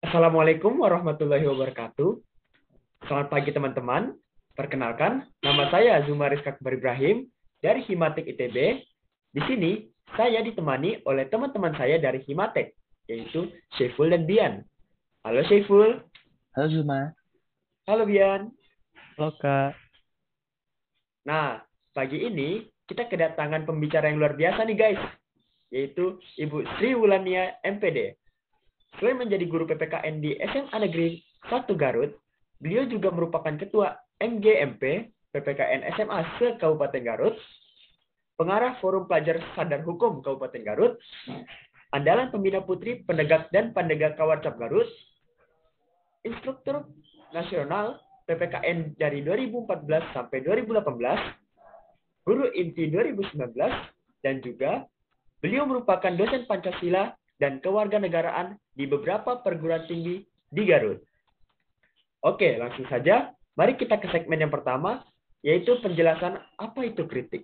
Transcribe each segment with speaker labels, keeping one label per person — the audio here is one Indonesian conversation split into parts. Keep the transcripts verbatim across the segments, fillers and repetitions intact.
Speaker 1: Assalamualaikum warahmatullahi wabarakatuh. Selamat pagi teman-teman. Perkenalkan, nama saya Zumaris Akbar Ibrahim dari Himatek I T B. Di sini saya ditemani oleh teman-teman saya dari Himatek, yaitu Syaiful dan Bian. Halo Syaiful.
Speaker 2: Halo Zuma.
Speaker 1: Halo Bian.
Speaker 2: Halo Kak.
Speaker 1: Nah, pagi ini kita kedatangan pembicara yang luar biasa nih guys, yaitu Ibu Sri Wulania M P D. Selain menjadi guru P P K N di S M A Negeri satu Garut, beliau juga merupakan Ketua M G M P P P K N S M A se-Kabupaten Garut, pengarah Forum Pelajar Sadar Hukum Kabupaten Garut, andalan pembina putri penegak dan pandega Kawarcap Garut, instruktur nasional P P K N dari dua ribu empat belas sampai dua ribu delapan belas, guru inti dua ribu sembilan belas, dan juga beliau merupakan dosen Pancasila dan kewarganegaraan di beberapa perguruan tinggi di Garut. Oke, langsung saja. Mari kita ke segmen yang pertama, yaitu penjelasan apa itu kritik.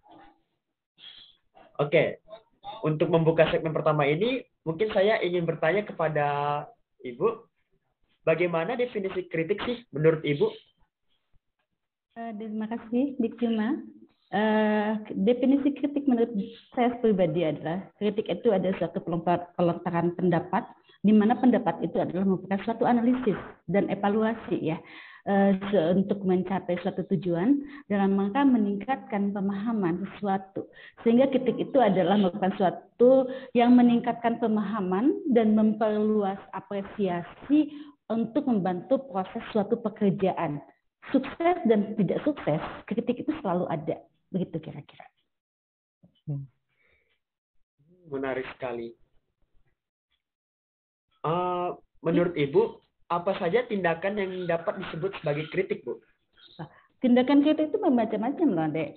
Speaker 1: Oke, untuk membuka segmen pertama ini, mungkin saya ingin bertanya kepada Ibu, bagaimana definisi kritik sih menurut Ibu?
Speaker 3: Uh, terima kasih, Dik Juma. Uh, definisi kritik menurut saya pribadi adalah kritik itu ada suatu pelontaran pendapat di mana pendapat itu adalah merupakan suatu analisis dan evaluasi ya uh, untuk mencapai suatu tujuan dalam rangka meningkatkan pemahaman sesuatu, sehingga kritik itu adalah merupakan suatu yang meningkatkan pemahaman dan memperluas apresiasi untuk membantu proses suatu pekerjaan. Sukses dan tidak sukses, kritik itu selalu ada. Begitu kira-kira.
Speaker 1: Menarik sekali. Uh, menurut Ibu, apa saja tindakan yang dapat disebut sebagai kritik, Bu?
Speaker 3: Tindakan kritik itu bermacam-macam loh, Dek.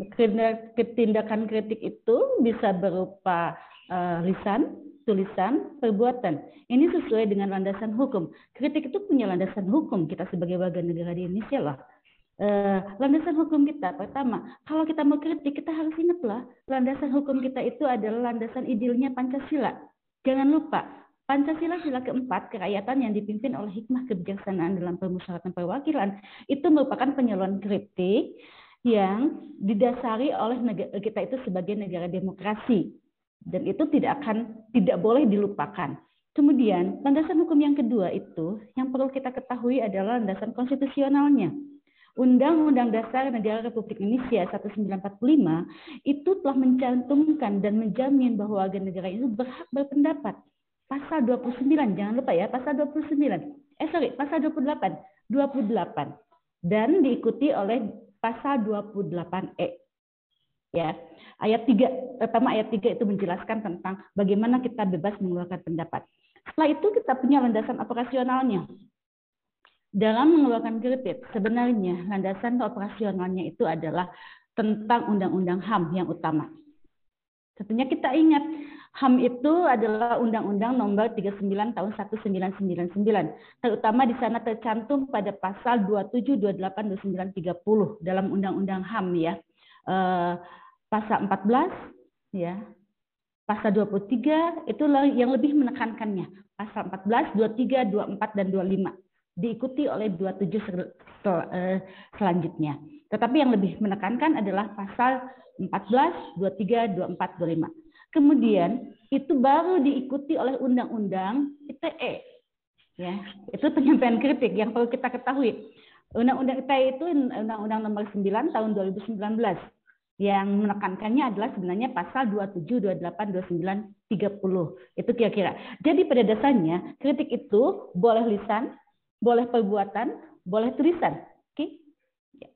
Speaker 3: Tindakan kritik itu bisa berupa uh, lisan, tulisan, perbuatan. Ini sesuai dengan landasan hukum. Kritik itu punya landasan hukum kita sebagai warga negara di Indonesia lah. Uh, landasan hukum kita pertama, kalau kita mau kritik kita harus ingatlah landasan hukum kita itu adalah landasan idealnya Pancasila. Jangan lupa Pancasila sila keempat, kerakyatan yang dipimpin oleh hikmah kebijaksanaan dalam permusyawaratan perwakilan, itu merupakan penyaluran kritik yang didasari oleh negara, kita itu sebagai negara demokrasi, dan itu tidak akan tidak boleh dilupakan. Kemudian landasan hukum yang kedua itu yang perlu kita ketahui adalah landasan konstitusionalnya. Undang-Undang Dasar Negara Republik Indonesia seribu sembilan ratus empat puluh lima itu telah mencantumkan dan menjamin bahwa warga negara itu berhak berpendapat. Pasal dua puluh sembilan, jangan lupa ya, pasal dua puluh sembilan. Eh sorry, pasal dua puluh delapan, dua puluh delapan. Dan diikuti oleh pasal dua puluh delapan E. Ya, ayat tiga, pertama ayat tiga itu menjelaskan tentang bagaimana kita bebas mengeluarkan pendapat. Setelah itu kita punya landasan operasionalnya. Dalam mengeluarkan kritik, sebenarnya landasan operasionalnya itu adalah tentang Undang-Undang H A M yang utama. Tentunya kita ingat, H A M itu adalah Undang-Undang Nomor tiga puluh sembilan Tahun seribu sembilan ratus sembilan puluh sembilan. Terutama di sana tercantum pada pasal dua puluh tujuh, dua puluh delapan, dua puluh sembilan, tiga puluh dalam Undang-Undang H A M ya. Eh, pasal empat belas ya. Pasal dua puluh tiga itu yang lebih menekankannya. Pasal empat belas, dua puluh tiga, dua puluh empat dan dua puluh lima. Diikuti oleh dua puluh tujuh sel sel eh, selanjutnya. Tetapi yang lebih menekankan adalah pasal empat belas, dua puluh tiga, dua puluh empat, dua puluh lima. Kemudian itu baru diikuti oleh Undang-Undang I T E. Ya, itu penyampaian kritik yang perlu kita ketahui. Undang-Undang I T E itu Undang-Undang Nomor sembilan Tahun dua ribu sembilan belas. Yang menekankannya adalah sebenarnya pasal dua puluh tujuh, dua puluh delapan, dua puluh sembilan, tiga puluh. Itu kira-kira. Jadi pada dasarnya kritik itu boleh lisan, boleh perbuatan, boleh tulisan. Oke? Okay? Ya.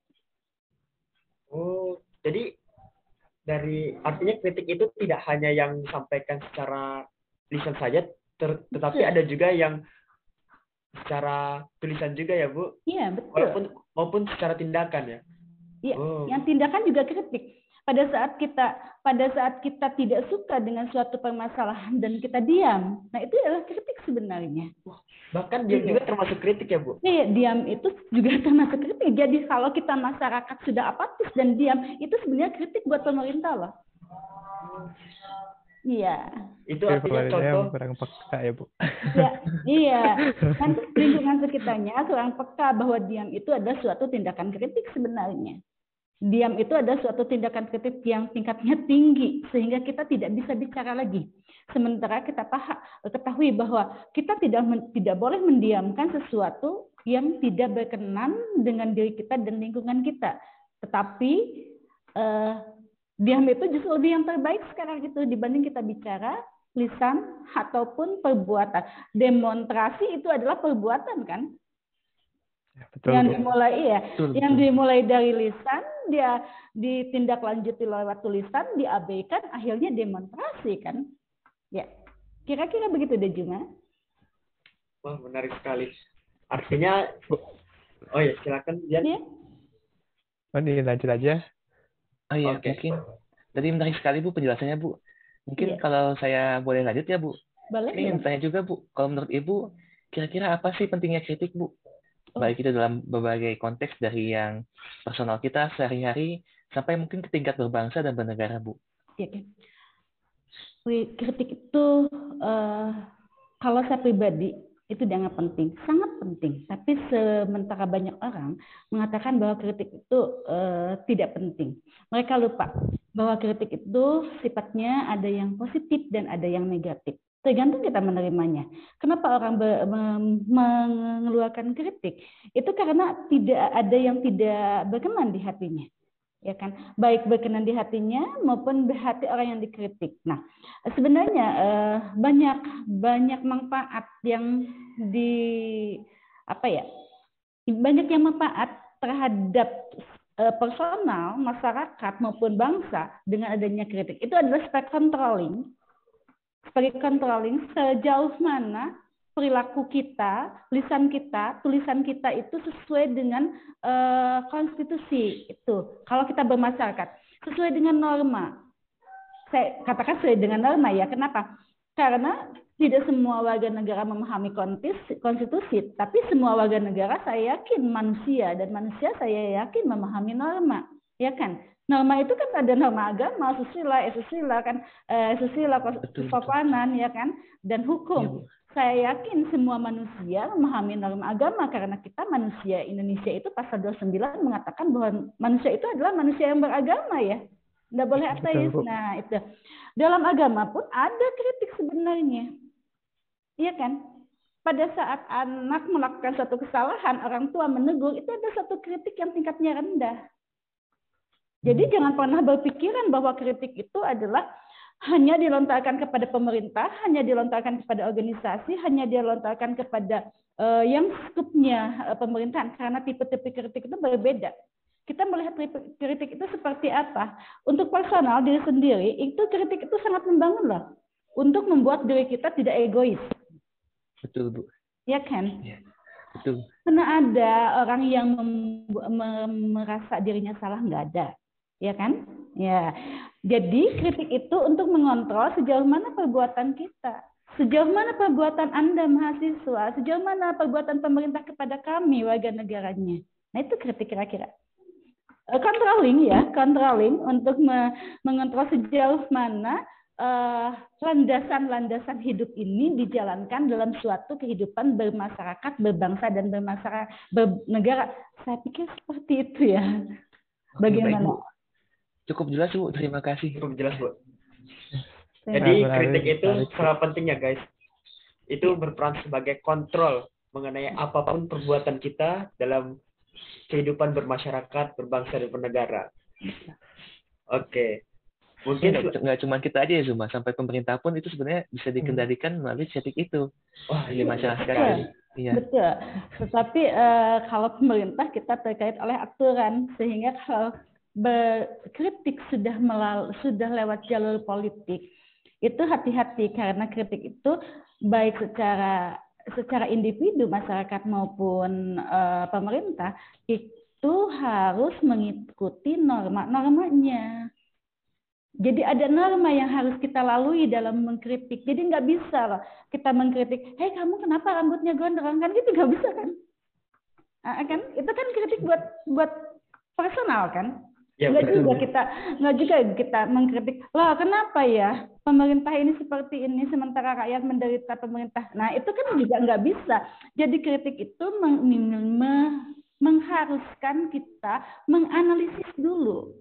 Speaker 1: Oh, jadi dari artinya kritik itu tidak hanya yang disampaikan secara lisan saja, ter, tetapi ada juga yang secara tulisan juga ya, Bu?
Speaker 3: Iya, betul.
Speaker 1: Walaupun maupun secara tindakan ya.
Speaker 3: Iya,
Speaker 1: oh.
Speaker 3: Yang tindakan juga kritik. Pada saat kita pada saat kita tidak suka dengan suatu permasalahan dan kita diam, nah itu adalah kritik sebenarnya.
Speaker 1: Bahkan dia juga termasuk kritik ya, Bu?
Speaker 3: Iya, diam itu juga termasuk kritik. Jadi kalau kita masyarakat sudah apatis dan diam, itu sebenarnya kritik buat pemerintah loh. Iya.
Speaker 1: Itu
Speaker 2: Oke,
Speaker 1: artinya
Speaker 2: pemerintahnya
Speaker 1: contoh.
Speaker 2: kurang peka ya, Bu.
Speaker 3: Ya, iya. Kan lingkungan sekitarnya kurang peka bahwa diam itu adalah suatu tindakan kritik sebenarnya. Diam itu adalah suatu tindakan kritik yang tingkatnya tinggi sehingga kita tidak bisa bicara lagi. Sementara kita paham, ketahui bahwa kita tidak tidak boleh mendiamkan sesuatu yang tidak berkenan dengan diri kita dan lingkungan kita. Tetapi eh, diam itu justru lebih yang terbaik sekarang itu dibanding kita bicara lisan ataupun perbuatan. Demonstrasi itu adalah perbuatan kan?
Speaker 2: Ya, betul,
Speaker 3: Yang
Speaker 2: Bu.
Speaker 3: dimulai iya,
Speaker 4: Betul,
Speaker 3: yang
Speaker 4: betul.
Speaker 3: dimulai dari lisan, dia ditindaklanjuti lewat tulisan, diabaikan, akhirnya demonstrasi kan? Ya, kira-kira begitu deh Juma.
Speaker 1: Wah, menarik sekali. Artinya, oh ya silakan Jan.
Speaker 3: Ya,
Speaker 2: Oh, ini lanjut aja.
Speaker 4: Oh iya,
Speaker 1: Oke.
Speaker 4: mungkin tadi menarik sekali Bu penjelasannya Bu. Mungkin
Speaker 3: Iya.
Speaker 4: kalau saya boleh lanjut ya Bu.
Speaker 3: boleh
Speaker 4: Ini
Speaker 3: ya?
Speaker 4: ingin tanya juga Bu, kalau menurut Ibu kira-kira apa sih pentingnya kritik Bu?
Speaker 3: Oh.
Speaker 4: Baik itu dalam berbagai konteks dari yang personal kita sehari-hari sampai mungkin ke tingkat berbangsa dan bernegara Bu.
Speaker 3: Iya kan. Wih, kritik itu eh, kalau saya pribadi itu dianggap penting, sangat penting. Tapi sementara banyak orang mengatakan bahwa kritik itu eh, tidak penting. Mereka lupa bahwa kritik itu sifatnya ada yang positif dan ada yang negatif. Tergantung kita menerimanya. Kenapa orang be- mem- mengeluarkan kritik? Itu karena tidak ada yang tidak berkenan di hatinya. Ya kan, baik berkenan di hatinya maupun di hati orang yang dikritik. Nah, sebenarnya eh, banyak banyak manfaat yang di apa ya, banyak yang manfaat terhadap eh, personal, masyarakat maupun bangsa dengan adanya kritik. Itu adalah sebagai controlling, sebagai controlling sejauh mana perilaku kita, lisan kita, tulisan kita itu sesuai dengan uh, konstitusi itu. Kalau kita bermasyarakat, sesuai dengan norma. Saya katakan sesuai dengan norma ya. Kenapa? Karena tidak semua warga negara memahami konstitusi, tapi semua warga negara saya yakin manusia dan manusia saya yakin memahami norma, ya kan? Norma itu kan ada norma agama, susila, esusila kan, eh, susila, kesopanan, ya kan, dan hukum. Ya, saya yakin semua manusia memahami norma agama karena kita manusia Indonesia itu pasal dua puluh sembilan mengatakan bahwa manusia itu adalah manusia yang beragama ya. Tidak boleh ateis. Nah, itu. Dalam agama pun ada kritik sebenarnya. Iya kan? Pada saat anak melakukan suatu kesalahan, orang tua menegur, itu ada satu kritik yang tingkatnya rendah. Jadi jangan pernah berpikiran bahwa kritik itu adalah hanya dilontarkan kepada pemerintah, hanya dilontarkan kepada organisasi, hanya dilontarkan kepada uh, yang skupnya uh, pemerintahan, karena tipe-tipe kritik itu berbeda. Kita melihat kritik itu seperti apa. Untuk personal diri sendiri, itu kritik itu sangat membangun loh. Untuk membuat diri kita tidak egois.
Speaker 4: Betul, Bu.
Speaker 3: Ya kan?
Speaker 4: Ya, betul.
Speaker 3: Karena ada orang yang merasa dirinya salah, nggak ada. Ya kan? Ya. Jadi kritik itu untuk mengontrol sejauh mana perbuatan kita. Sejauh mana perbuatan Anda mahasiswa, sejauh mana perbuatan pemerintah kepada kami warga negaranya. Nah itu kritik kira-kira. Controlling ya, controlling untuk me mengontrol sejauh mana landasan-landasan uh, hidup ini dijalankan dalam suatu kehidupan bermasyarakat, berbangsa dan bermasyarakat, bernegara. Saya pikir seperti itu ya. Bagaimana?
Speaker 4: Baik, Bu. Cukup jelas Bu, terima kasih.
Speaker 1: Cukup jelas Bu. Jadi kritik itu sangat penting ya guys. Itu berperan sebagai kontrol mengenai apapun perbuatan kita dalam kehidupan bermasyarakat, berbangsa dan bernegara. Oke. Mungkin
Speaker 4: nggak cuma kita aja ya Zuma, sampai pemerintah pun itu sebenarnya bisa dikendalikan melalui kritik itu.
Speaker 1: Wah,
Speaker 4: di masyarakat.
Speaker 3: Betul.
Speaker 4: Iya.
Speaker 3: Betul. Tetapi uh, kalau pemerintah kita terkait oleh aturan, sehingga kalau berkritik sudah melalui, sudah lewat jalur politik, itu hati-hati karena kritik itu baik secara secara individu masyarakat maupun uh, pemerintah itu harus mengikuti norma-normanya. Jadi ada norma yang harus kita lalui dalam mengkritik. Jadi nggak bisa loh kita mengkritik, hei kamu kenapa rambutnya gondrong, kan gitu nggak bisa kan? Nah, kan itu kan kritik buat buat personal kan?
Speaker 1: Ya,
Speaker 3: Nggak
Speaker 1: betul.
Speaker 3: juga kita nggak juga kita mengkritik, lah kenapa ya pemerintah ini seperti ini sementara rakyat menderita pemerintah. Nah itu kan juga nggak bisa. Jadi kritik itu meng- meng- mengharuskan kita menganalisis dulu,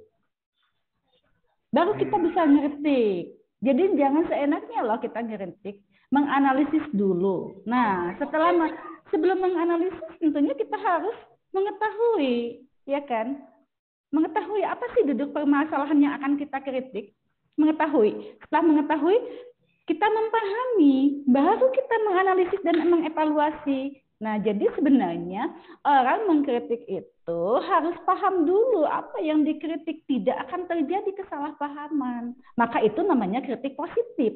Speaker 3: baru kita bisa ngeritik. Jadi jangan seenaknya loh kita ngeritik, menganalisis dulu. Nah setelah me- sebelum menganalisis tentunya kita harus mengetahui, ya kan? Mengetahui apa sih duduk permasalahan yang akan kita kritik, mengetahui. Setelah mengetahui, kita memahami, baru kita menganalisis dan mengevaluasi. Nah, jadi sebenarnya orang mengkritik itu harus paham dulu apa yang dikritik, tidak akan terjadi kesalahpahaman. Maka itu namanya kritik positif.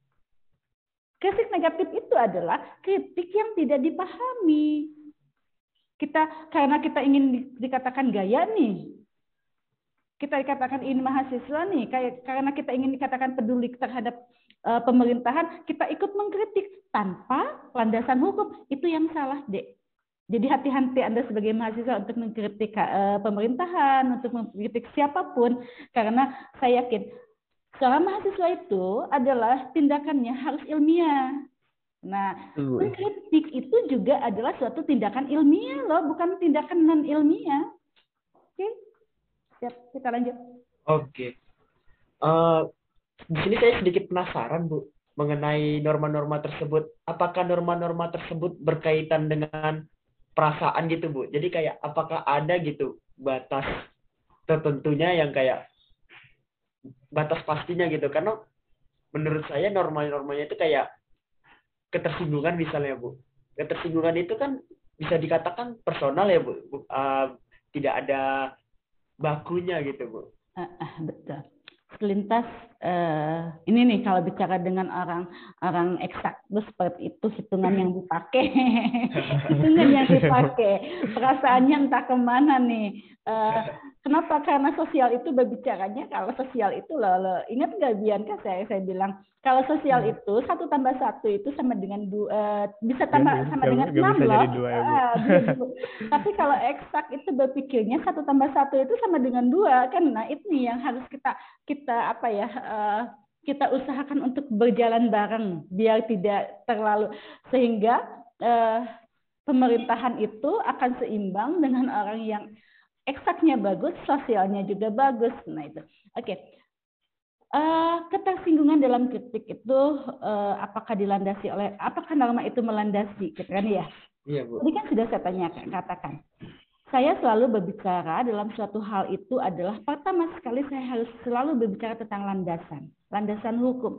Speaker 3: Kritik negatif itu adalah kritik yang tidak dipahami. Kita karena kita ingin dikatakan gaya nih, kita dikatakan ini mahasiswa nih, kayak karena kita ingin dikatakan peduli terhadap uh, pemerintahan, kita ikut mengkritik tanpa landasan hukum. Itu yang salah, Dek. Jadi hati-hati Anda sebagai mahasiswa untuk mengkritik uh, pemerintahan, untuk mengkritik siapapun, karena saya yakin seorang mahasiswa itu adalah tindakannya harus ilmiah. Nah, mengkritik itu juga adalah suatu tindakan ilmiah loh, bukan tindakan non ilmiah. Oke? Okay? Siap, kita lanjut.
Speaker 1: Oke. Uh, di sini saya sedikit penasaran, Bu, mengenai norma-norma tersebut. Apakah norma-norma tersebut berkaitan dengan perasaan gitu, Bu? Jadi kayak apakah ada gitu batas tertentunya yang kayak batas pastinya gitu? Karena menurut saya norma-normanya itu kayak ketersinggungan misalnya, Bu. Ketersinggungan itu kan bisa dikatakan personal ya, Bu. Uh, tidak ada bakunya gitu, Bu.
Speaker 3: Uh, uh, betul. Selintas uh, ini nih kalau bicara dengan orang orang eksak seperti itu, hitungan yang dipakai, hitungan yang dipakai, perasaannya entah kemana nih. Uh, kenapa? Karena sosial itu berbicaranya kalau sosial itu loh, loh. Ingat nggak Bianca saya saya bilang kalau sosial hmm. itu satu tambah satu itu sama dengan dua, uh, bisa tambah gak, sama gak, dengan gak enam loh. Dua, ya, Bu. Uh, dua, dua. Tapi kalau eksak itu berpikirnya satu tambah satu itu sama dengan dua kan. Nah ini yang harus kita kita apa ya uh, kita usahakan untuk berjalan bareng biar tidak terlalu sehingga uh, pemerintahan itu akan seimbang dengan orang yang eksaknya bagus, sosialnya juga bagus. Nah itu, oke. Okay. Uh, ketersinggungan dalam kritik itu uh, apakah dilandasi oleh apakah norma itu melandasi, gitu kan ya?
Speaker 1: Iya, Bu.
Speaker 3: Tadi kan sudah saya tanyakan, katakan. Saya selalu berbicara dalam suatu hal itu adalah pertama sekali saya harus selalu berbicara tentang landasan, landasan hukum.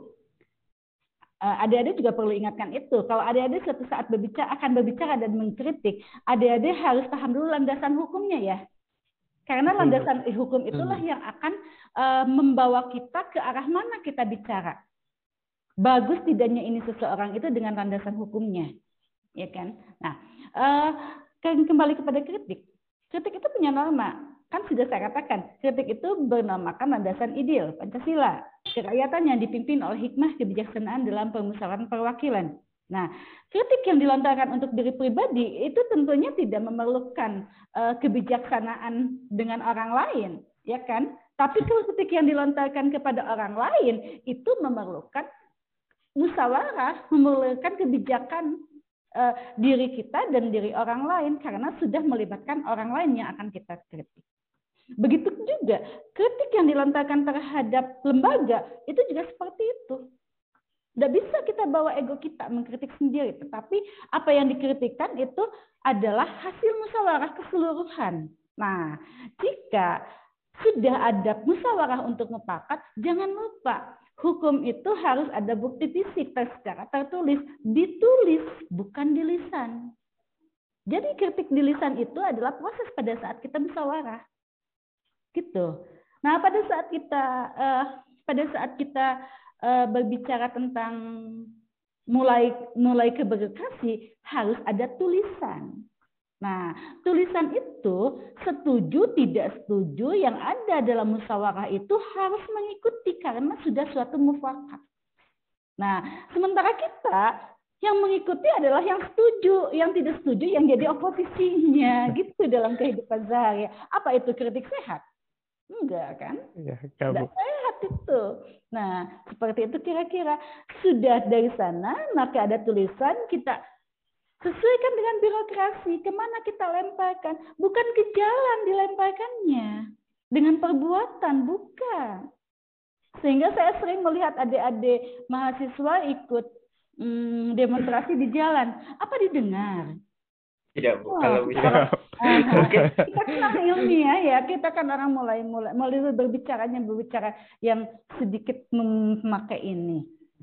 Speaker 3: Uh, adik-adik juga perlu ingatkan itu. Kalau adik-adik suatu saat berbicara akan berbicara dan mengkritik, adik-adik harus paham dulu landasan hukumnya ya. Karena landasan hukum itulah yang akan uh, membawa kita ke arah mana kita bicara. Bagus tidaknya ini seseorang itu dengan landasan hukumnya, ya kan? Nah, uh, kembali kepada kritik. Kritik itu punya norma. Kan sudah saya katakan, kritik itu bernamakan landasan ideal Pancasila. Kerakyatan yang dipimpin oleh hikmah kebijaksanaan dalam permusyawaratan perwakilan. Nah, kritik yang dilontarkan untuk diri pribadi itu tentunya tidak memerlukan uh, kebijaksanaan dengan orang lain, ya kan? Tapi kalau kritik yang dilontarkan kepada orang lain itu memerlukan musyawarah, memerlukan kebijakan uh, diri kita dan diri orang lain karena sudah melibatkan orang lain yang akan kita kritik. Begitu juga kritik yang dilontarkan terhadap lembaga itu juga seperti itu. Tidak bisa kita bawa ego kita mengkritik sendiri, tetapi apa yang dikritikkan itu adalah hasil musyawarah keseluruhan. Nah, jika sudah ada musyawarah untuk mufakat, jangan lupa hukum itu harus ada bukti fisik secara tertulis, ditulis bukan di lisan. Jadi kritik di lisan itu adalah proses pada saat kita musyawarah, gitu. Nah, pada saat kita uh, pada saat kita uh, berbicara tentang mulai mulai ke birokrasi harus ada tulisan. Nah, tulisan itu setuju tidak setuju yang ada dalam musyawarah itu harus mengikuti karena sudah suatu mufakat. Nah, sementara kita yang mengikuti adalah yang setuju, yang tidak setuju yang jadi oposisinya gitu dalam kehidupan sehari. Apa itu kritik sehat? Enggak kan?
Speaker 2: Ya,
Speaker 3: Enggak
Speaker 2: Bu.
Speaker 3: sehat itu. Nah, seperti itu kira-kira. Sudah dari sana, maka ada tulisan kita sesuaikan dengan birokrasi. Kemana kita lemparkan? Bukan ke jalan dilemparkannya. Dengan perbuatan, bukan. Sehingga saya sering melihat adik-adik mahasiswa ikut hmm, demonstrasi di jalan. Apa didengar?
Speaker 1: Tidak, Bu.
Speaker 3: Oh,
Speaker 1: Kalau
Speaker 3: kita
Speaker 1: bisa
Speaker 3: orang, aha.
Speaker 1: mungkin
Speaker 3: Kita kan orang ilmiah ya, kita kan orang mulai mulai mulai berbicaranya berbicara yang sedikit memakai ini.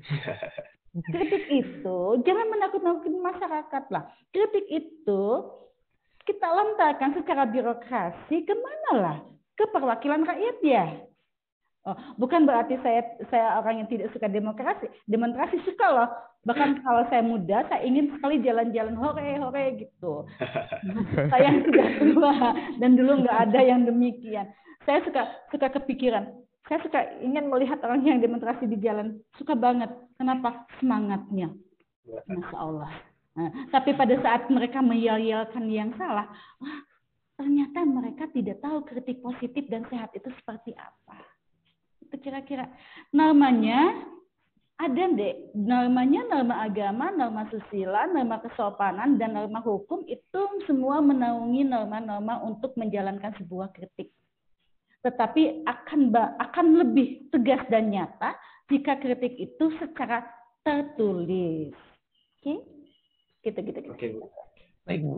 Speaker 3: Kritik itu jangan menakut-nakuti masyarakat lah. Kritik itu kita lontarkan secara birokrasi kemana lah? Ke perwakilan rakyat ya. Oh, bukan berarti saya saya orang yang tidak suka demokrasi. Demonstrasi suka loh. Bahkan kalau saya muda, saya ingin sekali jalan-jalan hore-hore gitu. Saya yang sudah tua dan dulu nggak ada yang demikian. Saya suka suka kepikiran. Saya suka ingin melihat orang yang demonstrasi di jalan. Suka banget. Kenapa? Semangatnya. Masya Allah. Nah, tapi pada saat mereka meyal-yalkan yang salah, wah, ternyata mereka tidak tahu kritik positif dan sehat itu seperti apa. Itu kira-kira namanya ada deh, namanya norma agama, norma susila, norma kesopanan, dan norma hukum itu semua menaungi norma-norma untuk menjalankan sebuah kritik. Tetapi akan akan lebih tegas dan nyata jika kritik itu secara tertulis. Oke? Gitu-gitu.
Speaker 1: Oke, Bu.
Speaker 4: Baik, Bu.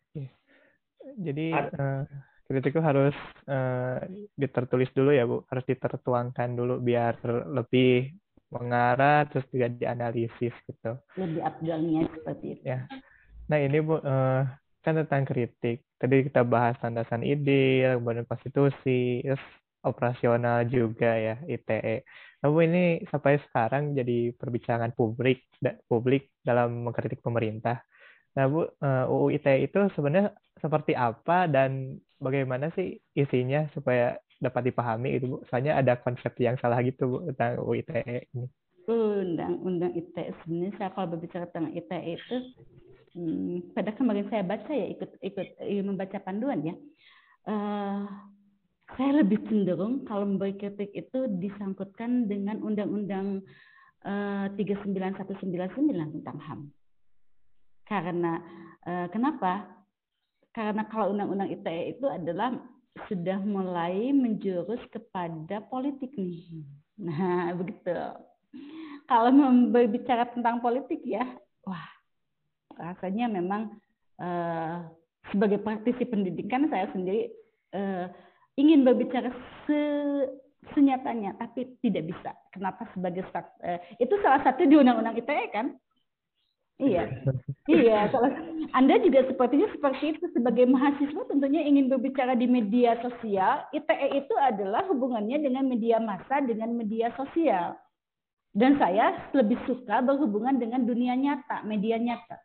Speaker 2: Jadi
Speaker 1: Ad-
Speaker 2: eh, kritik itu harus eh, ditertulis dulu ya, Bu. Harus ditertuangkan dulu biar lebih mengarah, terus juga dianalisis gitu.
Speaker 3: Lebih abdalnya seperti itu.
Speaker 2: Ya. Nah ini Bu, eh, kan tentang kritik. Tadi kita bahas landasan ide, kemudian konstitusi, terus operasional juga ya, I T E. Nah Bu, ini sampai sekarang jadi perbincangan publik, da- publik dalam mengkritik pemerintah. Nah Bu, eh, U U I T E itu sebenarnya seperti apa dan bagaimana sih isinya supaya dapat dipahami itu Bu? Soalnya ada konsep yang salah gitu Bu tentang U U I T E ini.
Speaker 3: Undang-undang I T E sebenarnya saya kalau berbicara tentang I T E itu hmm, pada kemarin saya baca ya ikut ikut membaca panduan ya. Uh, saya lebih cenderung kalau memberi kritik itu disangkutkan dengan Undang-Undang uh, tiga sembilan satu sembilan sembilan tentang H A M. Karena uh, kenapa? Karena kalau Undang-Undang I T E itu adalah sudah mulai menjurus kepada politik nih. Nah, begitu. Kalau berbicara tentang politik ya, wah, rasanya memang uh, sebagai praktisi pendidikan saya sendiri uh, ingin berbicara se senyatanya, tapi tidak bisa. Kenapa? Sebagai uh, itu salah satu di Undang-Undang I T E kan? Iya, iya. Salah, Anda juga sepertinya seperti itu sebagai mahasiswa tentunya ingin berbicara di media sosial. I T E itu adalah hubungannya dengan media massa, dengan media sosial. Dan saya lebih suka berhubungan dengan dunia nyata, media nyata.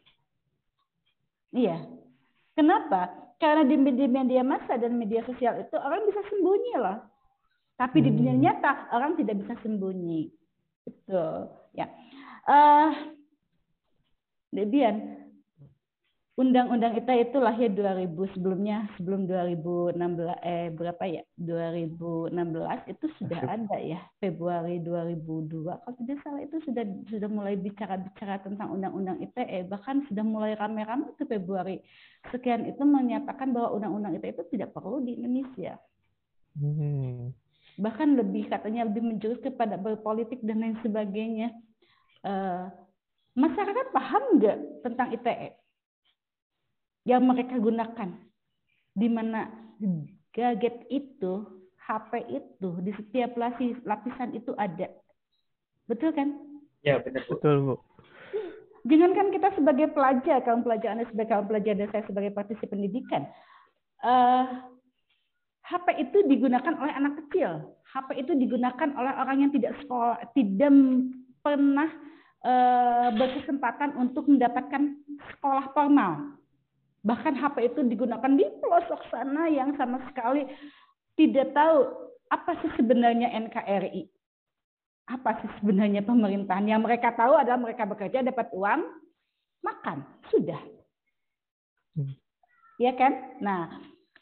Speaker 3: Iya. Kenapa? Karena di media massa dan media sosial itu orang bisa sembunyi loh. Tapi di dunia nyata orang tidak bisa sembunyi. Betul. Ya. Uh, Debian, Undang-Undang I T E itu lahir dua ribu, sebelumnya sebelum dua ribu enam belas eh berapa ya? dua ribu enam belas itu sudah ada ya, Februari dua ribu dua kalau tidak salah itu sudah sudah mulai bicara-bicara tentang Undang-Undang I T E, bahkan sudah mulai rame-rame ke Februari sekian itu menyatakan bahwa Undang-Undang I T E itu tidak perlu di Indonesia. Hmm. Bahkan lebih katanya lebih menjurus kepada berpolitik dan lain sebagainya. Uh, Masyarakat paham nggak tentang I T E yang mereka gunakan? Di mana gadget itu, H P itu, di setiap lapisan itu ada. Betul kan?
Speaker 1: Ya, benar Bu.
Speaker 2: Betul Bu.
Speaker 3: Jangankan kita sebagai pelajar, kaum pelajar Anda sebagai kaum pelajar dan saya sebagai praktisi pendidikan, uh, H P itu digunakan oleh anak kecil. H P itu digunakan oleh orang yang tidak sekolah, tidak pernah berkesempatan untuk mendapatkan sekolah formal. Bahkan H P itu digunakan di pelosok sana yang sama sekali tidak tahu apa sih sebenarnya N K R I. Apa sih sebenarnya pemerintahan. Yang mereka tahu adalah mereka bekerja, dapat uang, makan. Sudah. Hmm. Ya kan? Nah,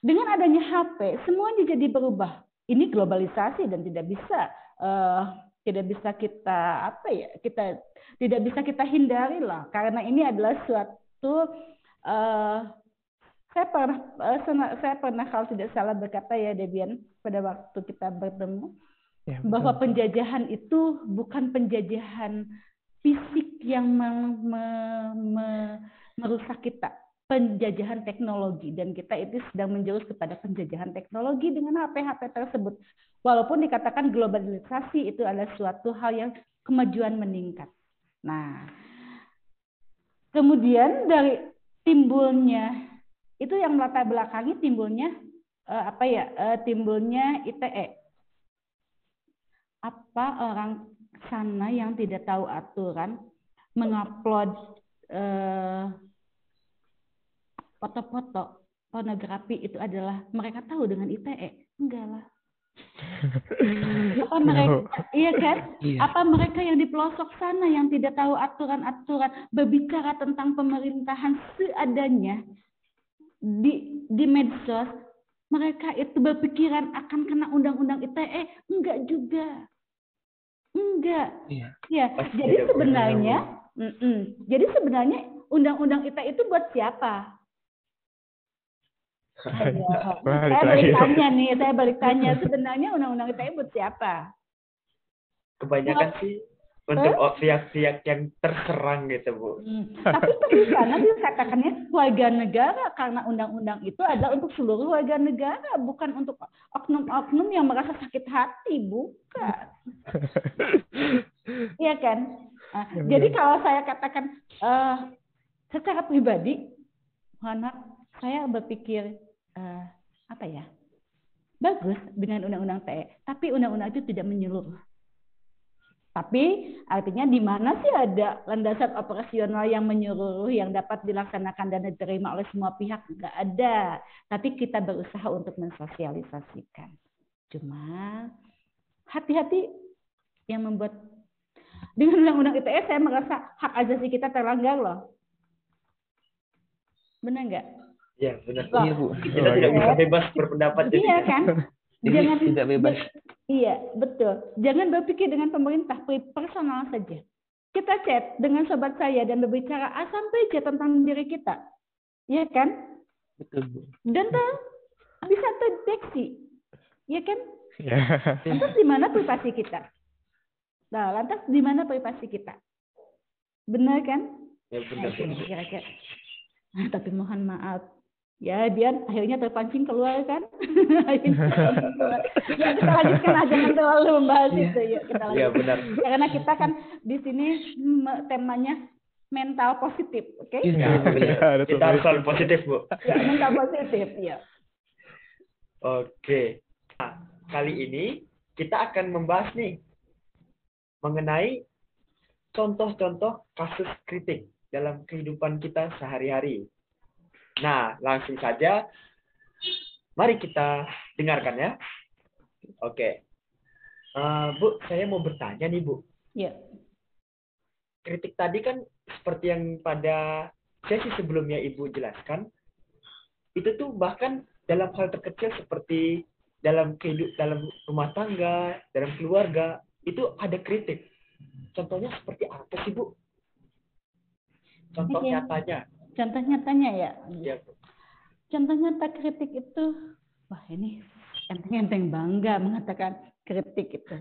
Speaker 3: Dengan adanya H P, semuanya jadi berubah. Ini globalisasi dan tidak bisa uh, tidak bisa kita apa ya kita tidak bisa kita hindari lah, karena ini adalah suatu uh, saya pernah uh, saya pernah kalau tidak salah berkata ya Debian pada waktu kita bertemu ya, bahwa penjajahan itu bukan penjajahan fisik yang me, me, me, merusak kita, penjajahan teknologi, dan kita itu sedang menjurus kepada penjajahan teknologi dengan H P-H P tersebut. Walaupun dikatakan globalisasi itu adalah suatu hal yang kemajuan meningkat. Nah, kemudian dari timbulnya itu yang melatar belakangi timbulnya eh, apa ya? Eh, timbulnya I T E. Apa orang sana yang tidak tahu aturan mengupload eh, foto-foto pornografi itu adalah mereka tahu dengan I T E? Enggak lah. Apa mereka, no. Iya kan? Iya. Apa mereka yang di pelosok sana yang tidak tahu aturan-aturan berbicara tentang pemerintahan seadanya di di medsos, mereka itu berpikiran akan kena undang-undang I T E? Enggak juga. Enggak. Iya. Ya, jadi sebenarnya, mm -mm. jadi sebenarnya undang-undang I T E itu buat siapa? Ya. Saya balik tanya nih, saya balik tanya sebenarnya undang-undang I T E buat siapa?
Speaker 1: Kebanyakan nah, sih untuk eh? pihak-pihak yang terserang gitu, Bu.
Speaker 3: Hmm. Tapi di sana dikatakannya warga negara, karena undang-undang itu adalah untuk seluruh warga negara, bukan untuk oknum-oknum yang merasa sakit hati, bukan. Iya kan? Nah, ya, jadi kalau saya katakan uh, secara pribadi, anak saya berpikir uh, apa ya? Bagus dengan undang-undang I T E, tapi undang-undang itu tidak menyeluruh. Tapi artinya di mana sih ada landasan operasional yang menyeluruh yang dapat dilaksanakan dan diterima oleh semua pihak? Nggak ada. Tapi kita berusaha untuk mensosialisasikan. Cuma hati-hati yang membuat dengan undang-undang I T E saya merasa hak asasi kita terlanggar loh. Benar nggak?
Speaker 1: Iya benar. Iya Bu. Kita tidak bisa bebas berpendapat.
Speaker 3: Iya kan?
Speaker 4: Jangan tidak bebas.
Speaker 3: Iya, betul. Jangan berpikir dengan pemerintah, personal saja. Kita chat dengan sobat saya dan berbicara A sampai Z tentang diri kita. Iya kan?
Speaker 4: Betul, Bu.
Speaker 3: Dan tuh bisa terdeteksi. Iya kan? Ya. Lantas di mana privasi kita? Nah, lantas di mana privasi kita? Benar kan?
Speaker 1: Ya, benar.
Speaker 3: Nah, kira-kira. Nah, tapi mohon maaf. Ya, biar akhirnya terpancing keluar kan. Ya, kita lanjutkan aja, jangan terlalu membahas ya. Itu. Yuk, kita lanjutkan. Ya, benar. Karena kita kan di sini temanya mental positif, oke? Okay?
Speaker 1: Ya, ya, kita harus selalu positif, Bu.
Speaker 3: Ya, mental positif, ya.
Speaker 1: Oke. Nah, kali ini kita akan membahas nih mengenai contoh-contoh kasus kritik dalam kehidupan kita sehari-hari. Nah, langsung saja, mari kita dengarkan ya. Oke, uh, Bu, saya mau bertanya nih Bu.
Speaker 3: Ya.
Speaker 1: Kritik tadi kan seperti yang pada sesi sebelumnya Ibu jelaskan, itu tuh bahkan dalam hal terkecil seperti dalam kehidupan, dalam rumah tangga, dalam keluarga, itu ada kritik. Contohnya seperti apa sih Bu? Contoh
Speaker 3: Oke.
Speaker 1: nyatanya.
Speaker 3: Contoh nyatanya ya.
Speaker 1: Ya.
Speaker 3: Contoh nyata kritik itu, wah ini enteng-enteng bangga mengatakan kritik itu.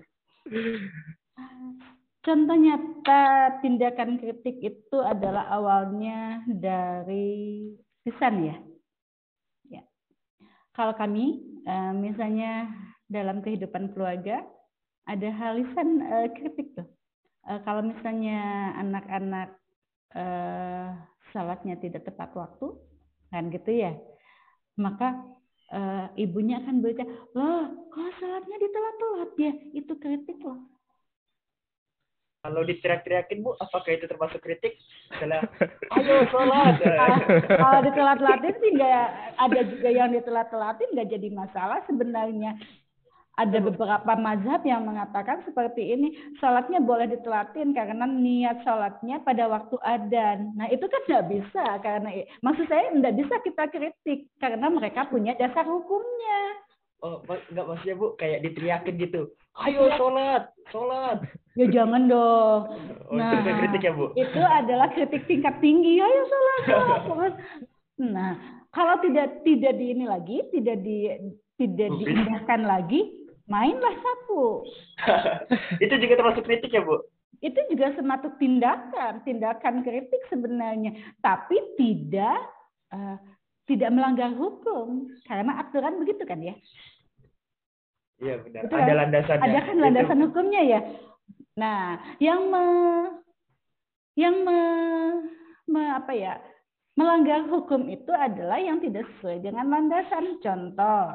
Speaker 3: Contoh nyata tindakan kritik itu adalah awalnya dari lisan ya. Ya. Kalau kami misalnya dalam kehidupan keluarga ada hal lisan kritik tuh. Kalau misalnya anak-anak salatnya tidak tepat waktu, kan gitu ya, maka e, ibunya akan berbicara, loh, kok salatnya ditelat-telat ya, itu kritik loh.
Speaker 1: Kalau diteriak-teriakin Bu, apakah itu termasuk kritik? Setelah, ayo sholat.
Speaker 3: Kalau ditelat-telatin sih nggak, ada juga yang ditelat-telatin nggak jadi masalah sebenarnya. Ada beberapa mazhab yang mengatakan seperti ini, sholatnya boleh ditelatin karena niat sholatnya pada waktu adzan. Nah itu kan nggak bisa, karena maksud saya nggak bisa kita kritik karena mereka punya dasar hukumnya.
Speaker 1: Oh, nggak maksudnya Bu, kayak diteriakin gitu. Ayo sholat, sholat.
Speaker 3: Ya jangan dong.
Speaker 1: Oh,
Speaker 3: Nah,
Speaker 1: itu kritik ya Bu?
Speaker 3: Itu adalah kritik tingkat tinggi. Ayo sholat, sholat. Nah, kalau tidak tidak di ini lagi, tidak di tidak diindahkan lagi, mainlah sapu.
Speaker 1: Itu juga termasuk kritik ya Bu?
Speaker 3: Itu juga termasuk tindakan, tindakan kritik sebenarnya, tapi tidak uh, tidak melanggar hukum karena aturan begitu kan ya?
Speaker 1: Iya benar.
Speaker 3: Betul,
Speaker 1: ada
Speaker 3: kan?
Speaker 1: landasannya.
Speaker 3: Ada kan landasan itu. Hukumnya ya. Nah, yang me, yang me, me, apa ya? Melanggar hukum itu adalah yang tidak sesuai dengan landasan. Contoh,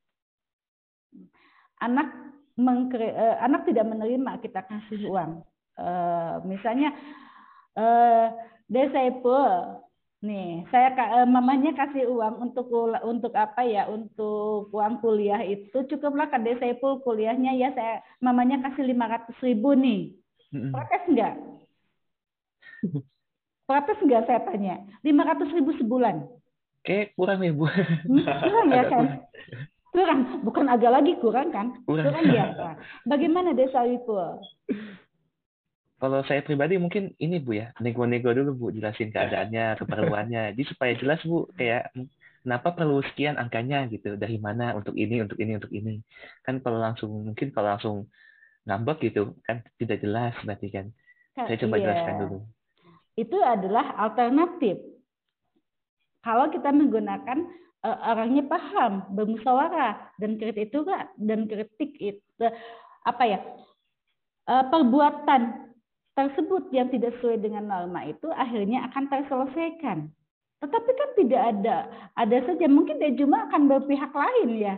Speaker 3: anak mengkre, eh, anak tidak menerima kita kasih uang. Eh, misalnya, eh, Desepul, nih, saya eh, mamanya kasih uang untuk untuk apa ya? Untuk uang kuliah itu cukuplah ke Desepul kuliahnya ya. Saya mamanya kasih lima ratus ribu nih. Protes enggak? Protes enggak saya tanya? lima ratus ribu sebulan.
Speaker 4: Oke, kurang nih Bu.
Speaker 3: Hmm, kurang ya kan? Kurang, bukan agak lagi kurang kan? Kurang, kurang ya. Nah, bagaimana Desa Wipul?
Speaker 4: Kalau saya pribadi mungkin ini Bu ya, nego-nego dulu Bu, jelasin keadaannya, keperluannya. Jadi supaya jelas Bu, kayak kenapa perlu sekian angkanya gitu, dari mana untuk ini, untuk ini, untuk ini. Kan kalau langsung, mungkin kalau langsung ngambek gitu, kan tidak jelas berarti kan. Saya coba
Speaker 3: iya.
Speaker 4: jelaskan dulu.
Speaker 3: Itu adalah alternatif. Kalau kita menggunakan uh, orangnya paham, bermusyawarah, dan kritik itu dan kritik itu apa ya? Uh, perbuatan tersebut yang tidak sesuai dengan norma itu akhirnya akan terselesaikan. Tetapi kan tidak ada, ada saja mungkin dia cuma akan berpihak lain ya.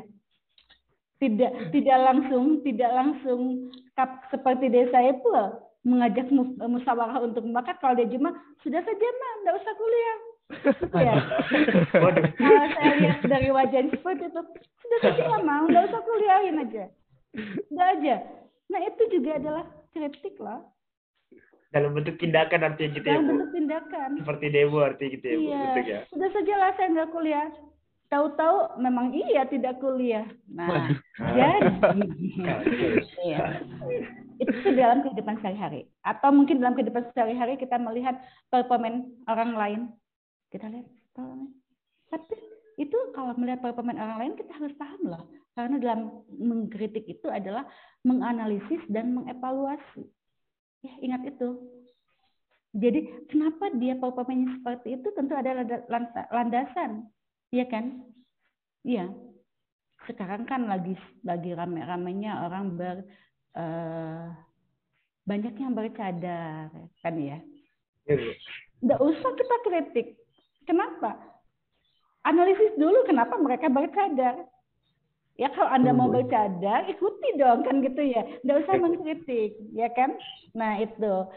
Speaker 3: Tidak tidak langsung tidak langsung kap, seperti Desa Epul mengajak musyawarah untuk membakar. Kalau dia cuma sudah saja mah, enggak usah kuliah. Gitu ya. Kalau saya lihat dari wajah seperti itu, sudah saja mau, enggak usah kuliahin aja. Udah aja. Nah, itu juga adalah kritik loh.
Speaker 1: Dalam bentuk tindakan artinya gitu ya, Bu?
Speaker 3: Dalam bentuk tindakan.
Speaker 1: Seperti demo artinya gitu ya, Bu?
Speaker 3: Iya.
Speaker 1: Bentuk ya?
Speaker 3: Sudah saja lah saya enggak kuliah. Tahu-tahu memang iya tidak kuliah. Nah, jadi iya. Itu dalam kehidupan sehari-hari. Atau mungkin dalam kehidupan sehari-hari kita melihat performa orang lain. Kita lihat performa. Tapi itu kalau melihat performa orang lain kita harus paham loh. Karena dalam mengkritik itu adalah menganalisis dan mengevaluasi. Ya, ingat itu. Jadi kenapa dia performanya seperti itu tentu ada landasan. Iya kan? Iya. Sekarang kan lagi lagi rame-ramenya orang ber uh, banyak yang bercadar kan ya. Nggak usah kita kritik. Kenapa? Analisis dulu kenapa mereka bercadar. Ya kalau Anda mau bercadar, ikuti dong kan gitu ya. Nggak usah mengkritik, ya kan? Nah itu.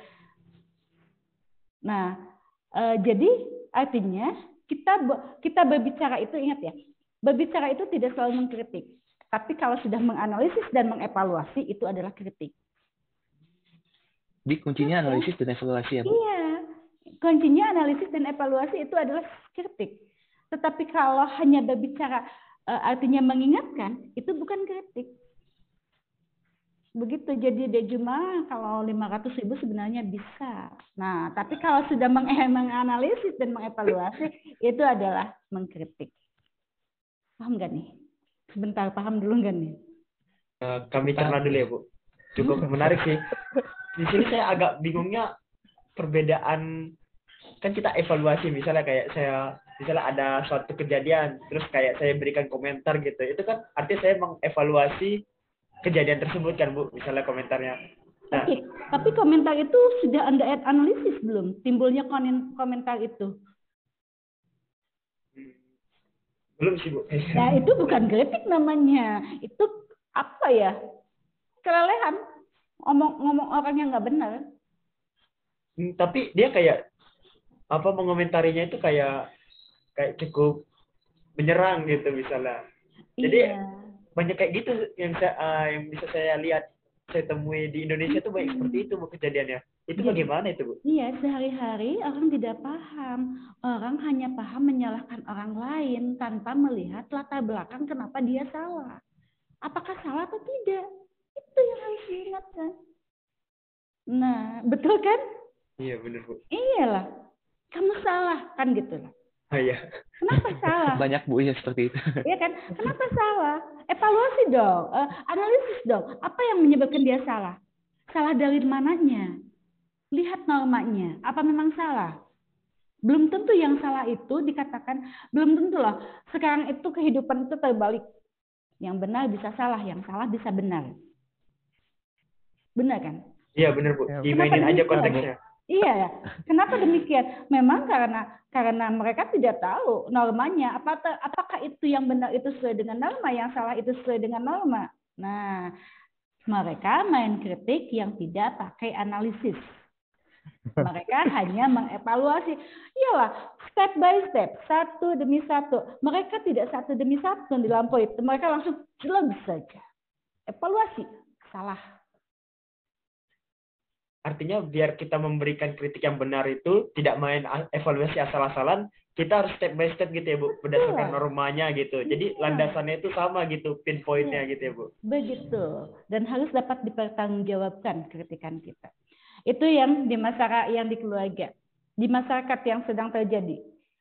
Speaker 3: Nah uh, jadi artinya kita kita berbicara itu ingat ya, berbicara itu tidak selalu mengkritik, tapi kalau sudah menganalisis dan mengevaluasi itu adalah kritik.
Speaker 4: Di kuncinya analisis dan evaluasi ya Bu?
Speaker 3: Iya, kuncinya analisis dan evaluasi itu adalah kritik. Tetapi kalau hanya berbicara artinya mengingatkan, itu bukan kritik. Begitu, jadi dia cuma kalau lima ratus ribu sebenarnya bisa. Nah, tapi kalau sudah menganalisis dan mengevaluasi, itu adalah mengkritik. Paham nggak nih? Sebentar, paham dulu nggak nih?
Speaker 1: Uh, kami cerna dulu ya Bu. Cukup menarik sih. Di sini saya agak bingungnya perbedaan, kan kita evaluasi misalnya kayak saya, misalnya ada suatu kejadian, terus kayak saya berikan komentar gitu. Itu kan artinya saya mengevaluasi kejadian tersebut kan Bu, misalnya komentarnya. Nah,
Speaker 3: Oke, tapi komentar itu sudah Anda analisis belum? Timbulnya komentar itu?
Speaker 1: Belum sih Bu.
Speaker 3: Nah itu bukan kritik namanya, itu apa ya? Kelelehan, ngomong-ngomong orangnya nggak benar.
Speaker 1: Hmm, tapi dia kayak apa mengomentarinya itu kayak kayak cukup menyerang gitu misalnya. Jadi
Speaker 3: iya.
Speaker 1: banyak kayak gitu yang saya, uh, yang bisa saya lihat, saya temui di Indonesia tuh banyak seperti itu Bu kejadiannya. Itu
Speaker 3: Jadi,
Speaker 1: bagaimana itu Bu?
Speaker 3: iya, sehari-hari orang tidak paham. Orang hanya paham menyalahkan orang lain tanpa melihat latar belakang kenapa dia salah. Apakah salah atau tidak? Itu yang harus diingatkan. Nah, betul kan?
Speaker 1: Iya benar Bu.
Speaker 3: Iyalah, kamu salah kan gitu lah.
Speaker 1: Ah, iya.
Speaker 3: Kenapa salah?
Speaker 4: Banyak Bu ya seperti itu.
Speaker 3: Iya kan? Kenapa salah? Evaluasi dong, uh, analisis dong. Apa yang menyebabkan dia salah? Salah dari mananya? Lihat normanya. Apa memang salah? Belum tentu yang salah itu dikatakan, belum tentu loh. Sekarang itu kehidupan itu terbalik. Yang benar bisa salah, yang salah bisa benar. Benar kan?
Speaker 1: Iya benar Bu.
Speaker 2: Ya,
Speaker 1: Dimainin aja konteksnya.
Speaker 3: Iya, kenapa demikian? Memang karena karena mereka tidak tahu normanya. Apakah apakah itu yang benar itu sesuai dengan norma, yang salah itu sesuai dengan norma. Nah, mereka main kritik yang tidak pakai analisis. Mereka hanya mengevaluasi. Iyalah, step by step, satu demi satu. Mereka tidak satu demi satu dilampaui. Mereka langsung jelas saja. Evaluasi, salah.
Speaker 1: Artinya biar kita memberikan kritik yang benar itu tidak main evaluasi asal-asalan, kita harus step by step gitu ya Bu, berdasarkan normanya gitu. Jadi landasannya itu sama gitu, pinpointnya gitu ya Bu.
Speaker 3: Begitu. Dan harus dapat dipertanggungjawabkan kritikan kita. Itu yang di masyarakat, yang di keluarga, di masyarakat yang sedang terjadi.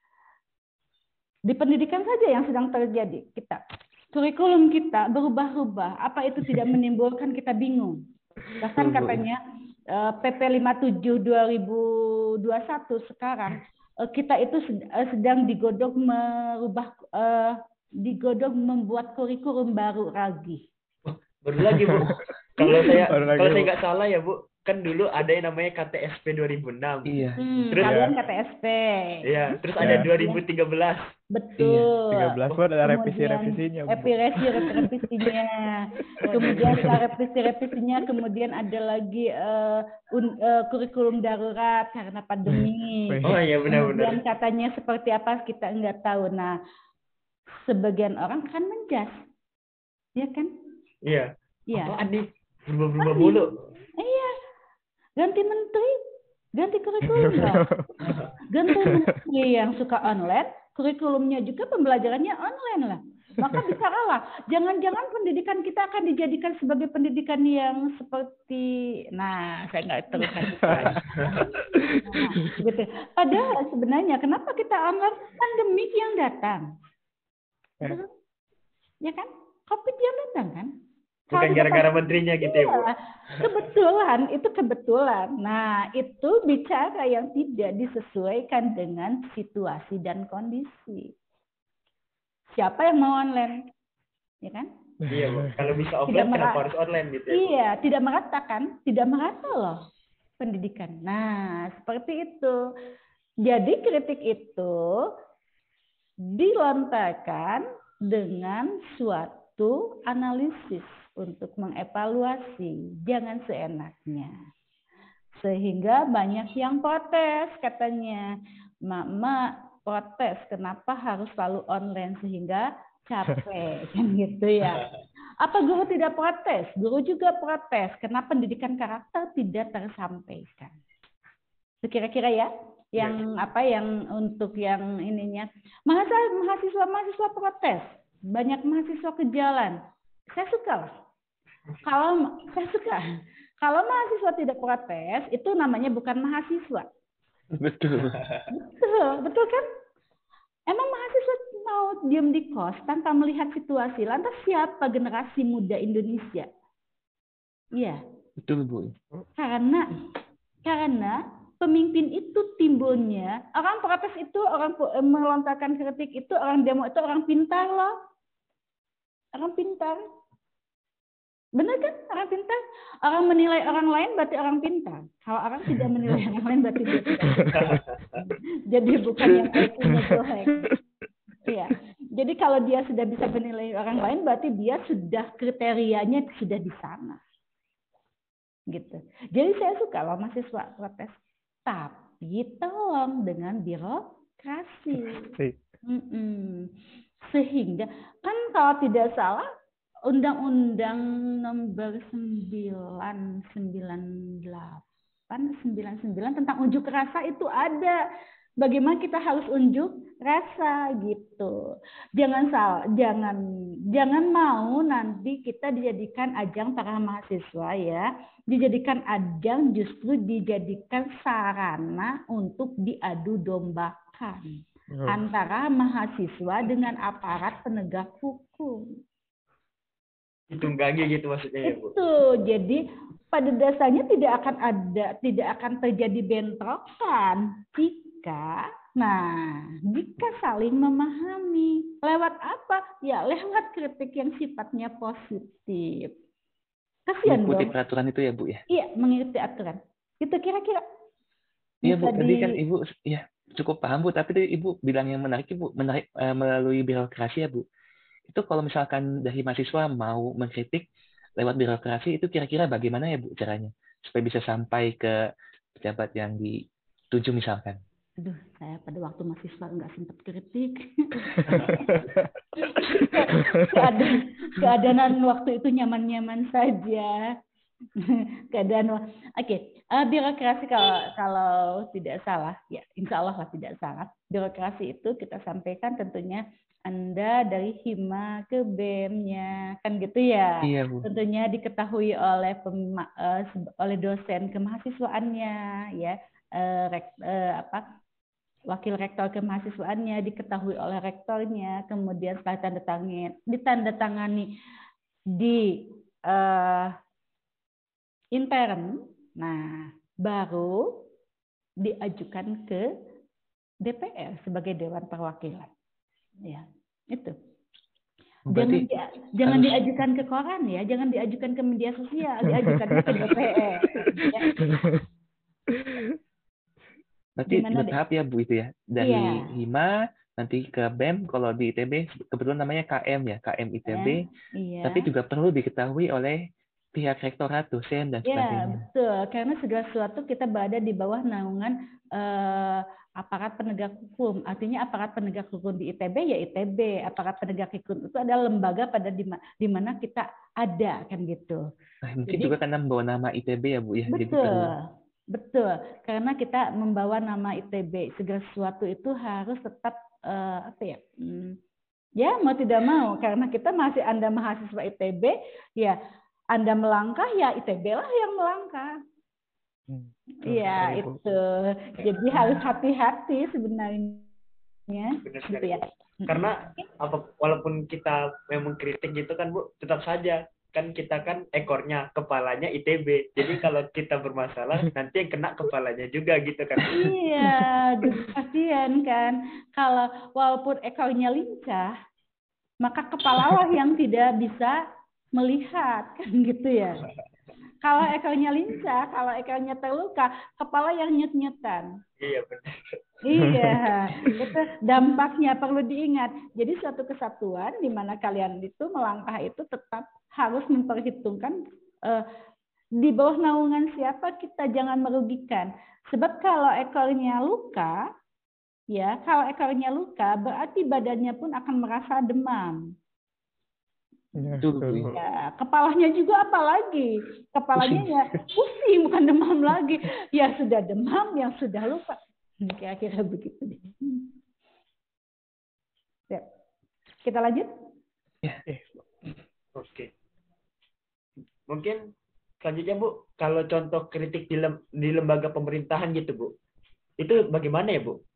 Speaker 3: Di pendidikan saja yang sedang terjadi kita. Kurikulum kita berubah-ubah, apa itu tidak menimbulkan kita bingung. Bahkan katanya P P lima puluh tujuh dua ribu dua puluh satu sekarang kita itu sedang digodok merubah digodok membuat kurikulum baru lagi.
Speaker 1: Baru lagi Bu. Kalau saya kalau saya nggak salah ya Bu, kan dulu ada yang namanya K T S P dua ribu enam.
Speaker 4: Iya.
Speaker 3: Hmm,
Speaker 1: terus
Speaker 3: kalian K T S P.
Speaker 1: Iya, terus ada
Speaker 2: Ya.
Speaker 1: dua ribu tiga belas.
Speaker 3: Betul.
Speaker 2: tiga belas pun ada revisi-revisinya. Bu.
Speaker 3: Revisi revisinya. Kemudian setelah revisi-revisinya, kemudian ada lagi uh, un, uh, kurikulum darurat karena pandemi.
Speaker 1: Oh iya benar-benar.
Speaker 3: Kemudian katanya seperti apa kita nggak tahu. Nah, sebagian orang kan menjas, ya kan?
Speaker 1: Iya.
Speaker 3: Iya.
Speaker 1: Apaan nih? Berubah-berubah mulu.
Speaker 3: Iya. Ganti menteri, ganti kurikulum lah. Ganti menteri yang suka online, kurikulumnya juga pembelajarannya online lah. Maka bisa kalah. Jangan-jangan pendidikan kita akan dijadikan sebagai pendidikan yang seperti, nah saya nggak terus nah, gitu. Padahal sebenarnya kenapa kita online? Pandemik yang datang,
Speaker 2: Ya.
Speaker 3: ya kan? Covid yang datang kan?
Speaker 1: Bukan gara-gara menterinya gitu ya Bu.
Speaker 3: Kebetulan, itu kebetulan. Nah, itu bicara yang tidak disesuaikan dengan situasi dan kondisi. Siapa yang mau online? Ya kan?
Speaker 1: Iya Bu. Kalau bisa offline kenapa harus online gitu ya Bu?
Speaker 3: Iya, tidak merata kan? Tidak merata loh pendidikan. Nah, seperti itu. Jadi kritik itu dilontarkan dengan suatu analisis untuk mengevaluasi, jangan seenaknya. Sehingga banyak yang protes katanya, Mak-mak protes kenapa harus selalu online sehingga capek kan gitu ya. Apa guru tidak protes? Guru juga protes karena pendidikan karakter tidak tersampaikan. Kira-kira ya, yang ya. apa yang untuk yang ininya mahasiswa mahasiswa protes, banyak mahasiswa ke jalan. Saya suka lah. Kalau saya suka, kalau mahasiswa tidak protes, itu namanya bukan mahasiswa.
Speaker 4: Betul.
Speaker 3: Betul, betul kan? Emang mahasiswa mau diam di kos tanpa melihat situasi. Lantas siapa generasi muda Indonesia? Iya.
Speaker 4: Betul Bu.
Speaker 3: Karena karena pemimpin itu timbulnya orang protes itu orang melontarkan kritik itu orang demo itu orang pintar loh, orang pintar. Benar kan? Orang pintar. Orang menilai orang lain berarti orang pintar. Kalau orang tidak menilai orang lain berarti dia pintar. Jadi bukan yang I Q-nya jelek. Iya. Jadi kalau dia sudah bisa menilai orang lain berarti dia sudah kriterianya sudah di sana. Gitu. Jadi saya suka loh mahasiswa protes. Tapi tolong dengan birokrasi. Mm-mm. Sehingga kan kalau tidak salah Undang-Undang Nomor sembilan sembilan delapan sembilan sembilan tentang unjuk rasa itu ada. Bagaimana kita harus unjuk rasa gitu. Jangan salah, jangan jangan mau nanti kita dijadikan ajang para mahasiswa ya, dijadikan ajang justru dijadikan sarana untuk diadu dombakan
Speaker 2: Oh.
Speaker 3: antara mahasiswa dengan aparat penegak hukum.
Speaker 1: Ditunggangi gitu maksudnya ya, Bu.
Speaker 3: Itu jadi pada dasarnya tidak akan ada, tidak akan terjadi bentrokan jika, nah, jika saling memahami. Lewat apa? Ya, lewat kritik yang sifatnya positif. Kasihan
Speaker 4: Mengikuti
Speaker 3: dong.
Speaker 4: peraturan itu ya, Bu ya.
Speaker 3: Iya, mengikuti aturan. Itu kira-kira
Speaker 4: Iya,
Speaker 3: bisa
Speaker 4: Bu. Tadi
Speaker 3: di
Speaker 4: kan Ibu ya cukup paham, Bu, tapi tadi Ibu bilang yang menarik, Bu, menarik eh, melalui birokrasi ya, Bu. Itu kalau misalkan dari mahasiswa mau mengkritik lewat birokrasi, itu kira-kira bagaimana ya, Bu, caranya? Supaya bisa sampai ke pejabat yang dituju misalkan.
Speaker 3: Aduh, saya pada waktu mahasiswa nggak sempat kritik. keadaan, keadaan waktu itu nyaman-nyaman saja. Keadaan, oke, okay. uh, birokrasi kalau kalau tidak salah, ya insya Allah lah tidak salah. Birokrasi itu kita sampaikan tentunya Anda dari Hima ke B E M-nya, kan gitu ya.
Speaker 4: Iya, Bu.
Speaker 3: Tentunya diketahui oleh pema, uh, oleh dosen kemahasiswaannya, ya, uh, rek, uh, apa. Wakil rektor kemahasiswaannya diketahui oleh rektornya, kemudian setelah tanda tangan ditandatangani di uh, intern, nah baru diajukan ke D P R sebagai Dewan Perwakilan, ya itu. Jangan di, jangan
Speaker 4: harus...
Speaker 3: diajukan ke koran ya, jangan diajukan ke media sosial, diajukannya ke D P R. Ya.
Speaker 4: Berarti bertahap ya, Bu, itu ya. Dari
Speaker 3: iya.
Speaker 4: Hima nanti ke B E M, kalau di I T B kebetulan namanya K M ya, K M I T B.
Speaker 3: Eh, iya.
Speaker 4: Tapi juga perlu diketahui oleh pihak rektorat, dosen dan sebagainya.
Speaker 3: Ya, betul. Karena segala sesuatu kita berada di bawah naungan eh, aparat penegak hukum. Artinya aparat penegak hukum di I T B ya I T B. Aparat penegak hukum itu adalah lembaga pada di, di mana kita ada, kan gitu.
Speaker 4: Nah, mungkin
Speaker 3: Jadi,
Speaker 4: juga karena membawa nama I T B ya, Bu ya.
Speaker 3: Betul.
Speaker 4: Jadi perlu.
Speaker 3: Betul, karena kita membawa nama I T B, segala sesuatu itu harus tetap uh, apa ya? Hmm, ya mau tidak mau, karena kita masih Anda mahasiswa I T B, ya Anda melangkah, ya I T B lah yang melangkah. Iya hmm, itu, jadi harus hati-hati sebenarnya,
Speaker 1: benar
Speaker 3: gitu ya.
Speaker 1: Karena apa, walaupun kita memang kritik gitu kan, Bu, tetap saja kan kita kan ekornya, kepalanya I T B. Jadi kalau kita bermasalah nanti yang kena kepalanya juga gitu kan.
Speaker 3: Iya, kasihan kan. Kalau walaupun ekornya lincah, maka kepalalah yang tidak bisa melihat, kan gitu ya. Kalau ekornya lincah, kalau ekornya terluka, kepala yang nyut-nyutan.
Speaker 1: Iya benar.
Speaker 3: Iya, itu dampaknya perlu diingat. Jadi suatu kesatuan di mana kalian itu melangkah itu tetap harus memperhitungkan eh, di bawah naungan siapa kita, jangan merugikan. Sebab kalau ekornya luka, ya kalau ekornya luka berarti badannya pun akan merasa demam.
Speaker 2: Ya,
Speaker 3: ya, kepalanya juga apalagi, kepalanya pusing. ya pusing bukan demam lagi, ya sudah demam, yang sudah luka, kira-kira begitu. Ya. Kita lanjut.
Speaker 1: Ya. Oke. Mungkin selanjutnya, Bu, kalau contoh kritik di, lem, di lembaga pemerintahan gitu, Bu, itu bagaimana ya, Bu?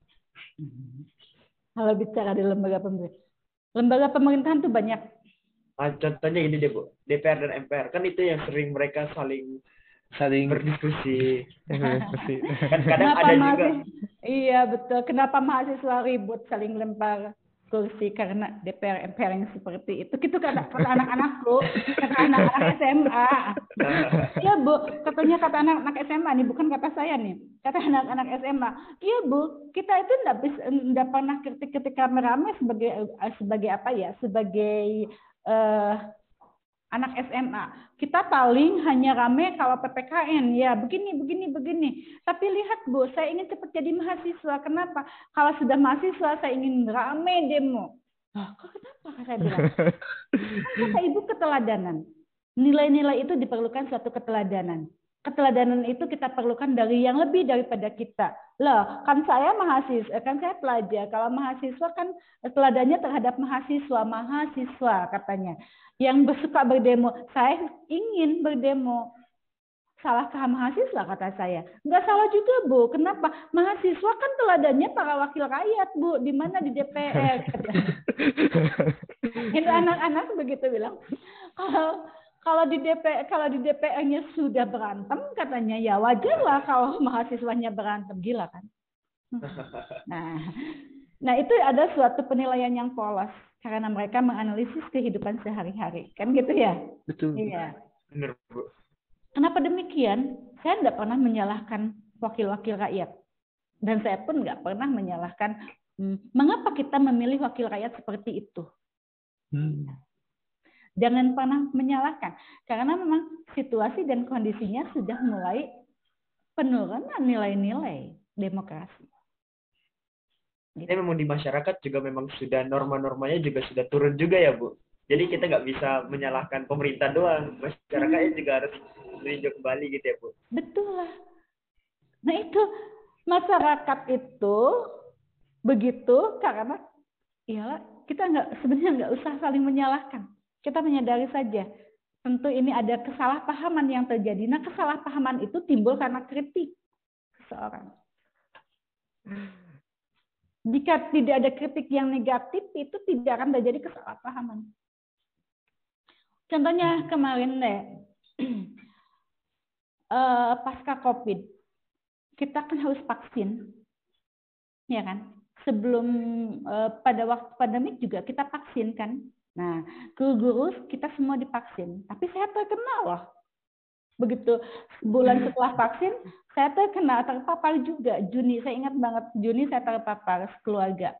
Speaker 3: Kalau bicara di lembaga pemerintahan, lembaga pemerintahan itu banyak.
Speaker 1: Nah, contohnya ini deh, Bu, D P R dan M P R, kan itu yang sering mereka saling
Speaker 4: saling
Speaker 1: berdiskusi.
Speaker 2: kan
Speaker 1: kadang ada juga.
Speaker 3: Iya betul. Kenapa mahasiswa ribut saling lempar kursi karena D P R M P R yang seperti itu? Gitu kata, kata anak-anakku, kata anak-anak S M A. Iya Bu, katanya kata anak-anak S M A nih, bukan kata saya nih. Kata anak-anak S M A, iya Bu, kita itu enggak bisa, enggak pernah kritik ketika rame sebagai sebagai apa ya? Sebagai uh, anak S M A. Kita paling hanya rame kalau P P K N, ya begini, begini, begini. Tapi lihat Bu, saya ingin cepat jadi mahasiswa. Kenapa? Kalau sudah mahasiswa, saya ingin rame demo. Oh, kok kenapa? Maka saya bilang, kata ibu keteladanan. Nilai-nilai itu diperlukan suatu keteladanan. Keteladanan itu kita perlukan dari yang lebih daripada kita. Loh, kan saya mahasiswa, kan saya pelajar. Kalau mahasiswa kan teladannya terhadap mahasiswa, mahasiswa katanya. Yang suka berdemo, saya ingin berdemo. Salahkah mahasiswa kata saya? Enggak salah juga Bu. Kenapa? Mahasiswa kan teladannya para wakil rakyat Bu. Di mana di D P R? Ini anak-anak begitu bilang. Kalau kalau di D P R, kalau di D P R-nya sudah berantem, katanya ya wajar lah kalau mahasiswanya berantem. Gila kan? Nah, nah itu ada suatu penilaian yang polos karena mereka menganalisis kehidupan sehari-hari, kan gitu ya?
Speaker 4: Betul.
Speaker 3: Iya.
Speaker 1: Benar, Bu.
Speaker 3: Kenapa demikian? Saya tidak pernah menyalahkan wakil-wakil rakyat. Dan saya pun nggak pernah menyalahkan hmm, mengapa kita memilih wakil rakyat seperti itu.
Speaker 4: Hmm.
Speaker 3: Jangan pernah menyalahkan. Karena memang situasi dan kondisinya sudah mulai penurunan nilai-nilai demokrasi.
Speaker 1: Ini memang di masyarakat juga memang sudah norma-normanya juga sudah turun juga ya Bu. Jadi kita nggak bisa menyalahkan pemerintah doang. Masyarakatnya juga harus meninjau kembali gitu ya Bu.
Speaker 3: Betul lah. Nah itu masyarakat itu begitu karena ya kita nggak sebenarnya nggak usah saling menyalahkan. Kita menyadari saja. Tentu ini ada kesalahpahaman yang terjadi. Nah kesalahpahaman itu timbul karena kritik seseorang. Jika tidak ada kritik yang negatif itu tidak akan terjadi kesalahpahaman. Contohnya kemarin deh. Uh, pasca COVID, kita kan harus vaksin, ya kan? Sebelum uh, pada waktu pandemik juga kita vaksin kan? Nah, guru-guru kita semua divaksin, tapi saya terkena loh. Begitu bulan setelah vaksin, saya terkena terpapar juga. Juni, saya ingat banget Juni saya terpapar keluarga.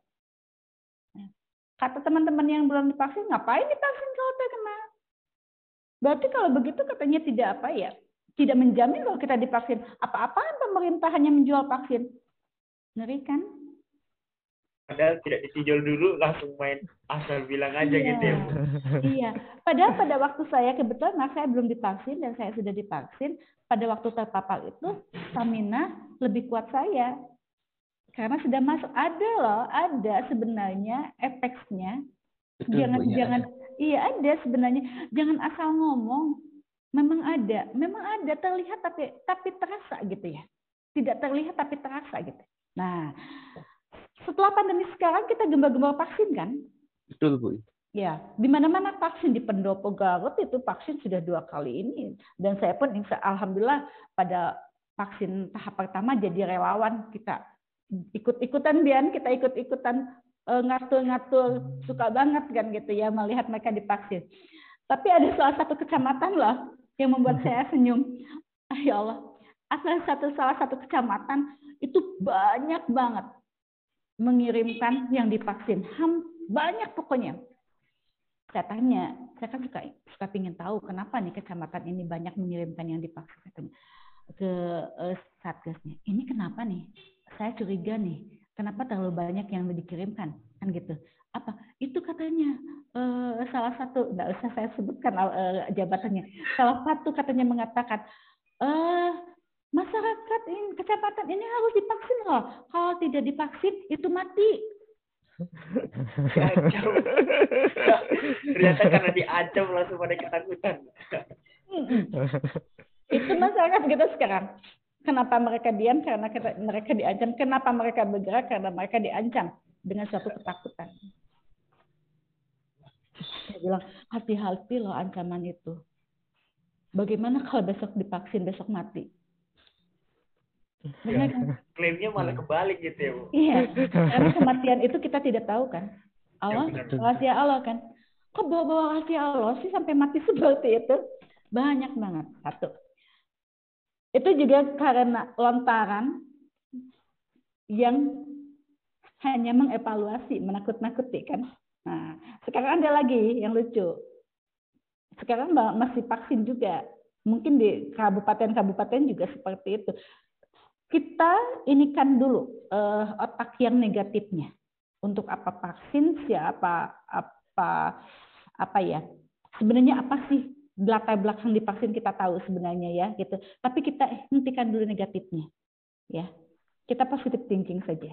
Speaker 3: Kata teman-teman yang belum divaksin, ngapain divaksin kalau terkena? Berarti kalau begitu katanya tidak apa ya? Tidak menjamin kalau kita divaksin. Apa-apaan pemerintah hanya menjual vaksin. Ngeri kan?
Speaker 1: Padahal tidak ditinjau dulu, langsung main asal bilang aja
Speaker 3: iya.
Speaker 1: gitu ya Bu.
Speaker 3: Iya. Padahal pada waktu saya, kebetulan nah, saya belum divaksin dan saya sudah divaksin. Pada waktu terpapar itu, stamina lebih kuat saya. Karena sudah masuk. Ada loh, ada sebenarnya efeknya.
Speaker 4: Betul,
Speaker 3: jangan,
Speaker 4: Bu, ya,
Speaker 3: jangan,
Speaker 4: ada.
Speaker 3: iya ada sebenarnya. Jangan asal ngomong. Memang ada, memang ada terlihat tapi tapi terasa gitu ya. Tidak terlihat tapi terasa gitu. Nah, setelah pandemi sekarang kita gembar-gembar vaksin kan?
Speaker 4: Betul Bu.
Speaker 3: Ya, di mana-mana vaksin di Pendopo Garut itu vaksin sudah dua kali ini. Dan saya pun insya alhamdulillah pada vaksin tahap pertama jadi relawan kita ikut-ikutan Bian, kita ikut-ikutan ngatur-ngatur, suka banget kan gitu ya melihat mereka divaksin. Tapi ada salah satu kecamatan loh yang membuat saya senyum. Ah, ya Allah, asal satu salah satu kecamatan itu banyak banget mengirimkan yang divaksin. Ham, banyak pokoknya. Saya tanya, saya kan suka suka ingin tahu kenapa nih kecamatan ini banyak mengirimkan yang divaksin katanya ke uh, satgasnya. Ini kenapa nih? Saya curiga nih, kenapa terlalu banyak yang dikirimkan kan gitu? Apa itu katanya uh, salah satu, nggak usah saya sebutkan uh, jabatannya, salah satu katanya mengatakan uh, masyarakat ini kecamatan ini harus divaksin loh, kalau tidak divaksin itu mati.
Speaker 1: Diancam. Ternyata karena diancam langsung pada ketakutan.
Speaker 3: Itu masyarakat kita sekarang. Kenapa mereka diam? Karena mereka diancam. Kenapa mereka bergerak? Karena mereka diancam dengan suatu ketakutan. Saya bilang, hati-hati loh ancaman itu. Bagaimana kalau besok divaksin, besok mati? Benar kan?
Speaker 1: Klaimnya malah kebalik gitu ya Bu.
Speaker 3: Iya, karena kematian itu kita tidak tahu kan. Allah,
Speaker 1: Ya,
Speaker 3: rahasia Allah kan. Kok bawa-bawa rahasia Allah sih sampai mati seperti itu? Banyak banget. Satu. Itu juga karena lontaran yang hanya mengevaluasi, menakut-nakuti kan. Nah, sekarang ada lagi yang lucu. Sekarang masih vaksin juga. Mungkin di kabupaten-kabupaten juga seperti itu. Kita inikan dulu uh, otak yang negatifnya. Untuk apa vaksin, siapa apa apa ya sebenarnya apa sih latar belakang divaksin kita tahu sebenarnya ya gitu. Tapi kita hentikan dulu negatifnya ya. Kita positive thinking saja.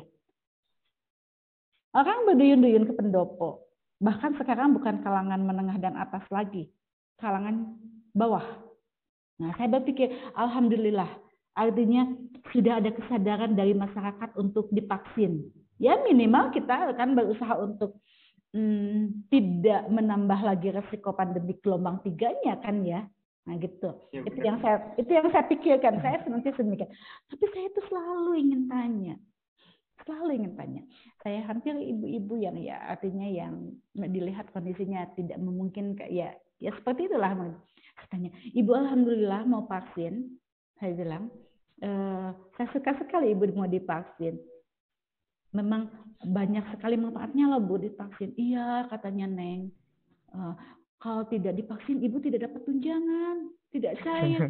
Speaker 3: Orang berduyun-duyun ke pendopo. Bahkan sekarang bukan kalangan menengah dan atas lagi, kalangan bawah. Nah, saya berpikir alhamdulillah artinya sudah ada kesadaran dari masyarakat untuk divaksin. Ya minimal kita akan berusaha untuk hmm, tidak menambah lagi resiko pandemi gelombang tiganya kan ya. Nah gitu. Ya, itu yang saya itu yang saya pikirkan. Saya nanti sedemikian. Tapi saya itu selalu ingin tanya. Selalu ingin tanya. Saya hampir ibu-ibu yang ya artinya yang dilihat kondisinya tidak memungkinkan ya ya seperti itulah. Saya tanya, Ibu alhamdulillah mau vaksin. Saya bilang, e, saya suka sekali Ibu mau divaksin. Memang banyak sekali manfaatnya loh Bu divaksin. Iya katanya Neng. E, kalau tidak divaksin Ibu tidak dapat tunjangan. Tidak cair.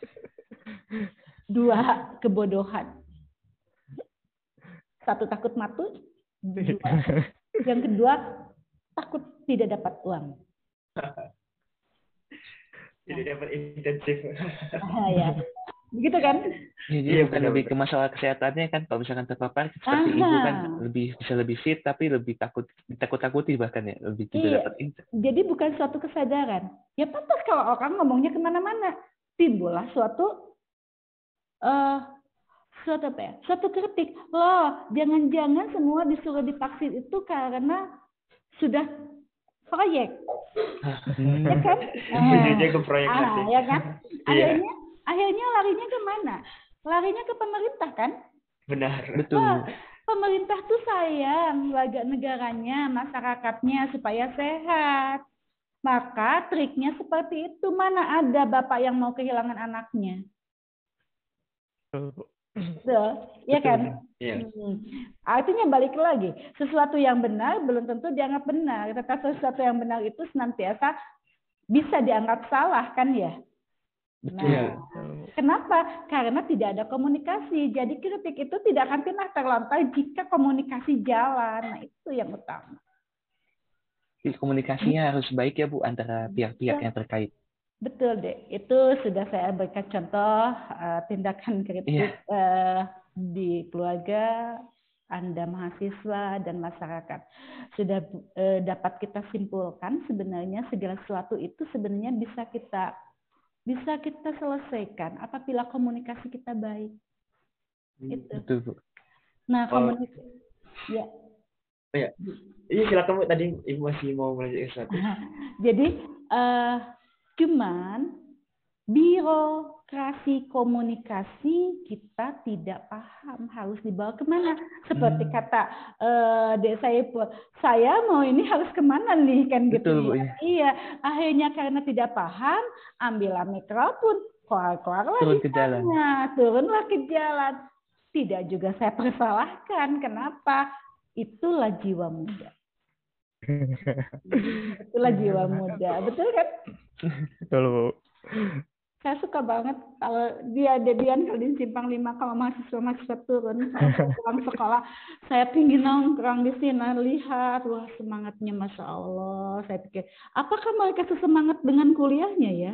Speaker 3: Dua kebodohan. Satu takut mati. Dua. Yang kedua takut tidak dapat uang.
Speaker 1: Tidak dapat intensif.
Speaker 3: Ah, ya. Begitu kan?
Speaker 4: Jadi
Speaker 1: Iya,
Speaker 4: bukan
Speaker 1: benar,
Speaker 4: lebih
Speaker 1: benar.
Speaker 4: ke masalah kesehatannya kan, kalau misalkan terpapar seperti
Speaker 3: Aha.
Speaker 4: ibu kan lebih bisa lebih fit tapi lebih takut ditakut-takuti bahkan ya lebih tidak
Speaker 3: Iya.
Speaker 4: dapat info.
Speaker 3: Jadi bukan suatu kesadaran. Ya pantas kalau orang ngomongnya kemana-mana. Timbullah suatu uh, suatu apa ya? Suatu kritik. Loh, jangan-jangan semua disuruh divaksin itu karena sudah proyek.
Speaker 4: Hmm.
Speaker 3: Ya kan?
Speaker 1: Ujungnya ke proyek
Speaker 3: Ah,
Speaker 1: nanti.
Speaker 3: ya kan?
Speaker 1: Iya.
Speaker 3: Akhirnya akhirnya larinya ke mana? Larinya ke pemerintah kan?
Speaker 1: Benar.
Speaker 4: Betul.
Speaker 3: Wah, pemerintah tuh sayang warga negaranya, masyarakatnya supaya sehat. Maka triknya seperti itu. Mana ada bapak yang mau kehilangan anaknya? Betul, ya kan?
Speaker 1: Iya.
Speaker 3: Hmm. Artinya balik lagi, sesuatu yang benar belum tentu dianggap benar. Tetapi sesuatu yang benar itu senantiasa bisa dianggap salah kan ya? Nah, kenapa? Karena tidak ada komunikasi. Jadi kritik itu tidak akan pernah terlontar jika komunikasi jalan. Nah, itu yang utama.
Speaker 4: Komunikasinya harus baik ya Bu antara pihak-pihak yang terkait.
Speaker 3: Betul deh. Itu sudah saya berikan contoh uh, tindakan kritik
Speaker 4: Iya.
Speaker 3: uh, di keluarga, Anda mahasiswa dan masyarakat. Sudah uh, dapat kita simpulkan sebenarnya segala sesuatu itu sebenarnya bisa kita bisa kita selesaikan apabila komunikasi kita baik. Itu.
Speaker 4: Betul Bu.
Speaker 3: Nah, komunikasi ya.
Speaker 1: Oh, ya. Iya, silakan Bu, tadi Ibu masih mau melanjutkan sesuatu.
Speaker 3: Jadi uh, cuman birokrasi komunikasi kita tidak paham harus dibawa kemana. Seperti
Speaker 4: Hmm.
Speaker 3: kata uh, Dek Saiful, saya mau ini harus kemana nih kan gitu.
Speaker 4: Betul, Bu,
Speaker 3: ya.
Speaker 4: iya.
Speaker 3: Iya, akhirnya karena tidak paham, ambillah mikrofon, keluar-keluarlah
Speaker 4: Turun
Speaker 3: di
Speaker 4: ke jalan.
Speaker 3: sana, turunlah ke jalan. Tidak juga saya persalahkan. Kenapa? Itulah jiwa muda. Itulah jiwa muda, betul kan?
Speaker 2: Betul Bu.
Speaker 3: Saya suka banget kalau dia jadian kalau di Simpang Lima kalau mahasiswa-mahasiswa turun kalau pulang sekolah, saya pingin nongkrong di sini lihat, wah semangatnya masya Allah. Saya pikir, apakah mereka sesemangat dengan kuliahnya ya?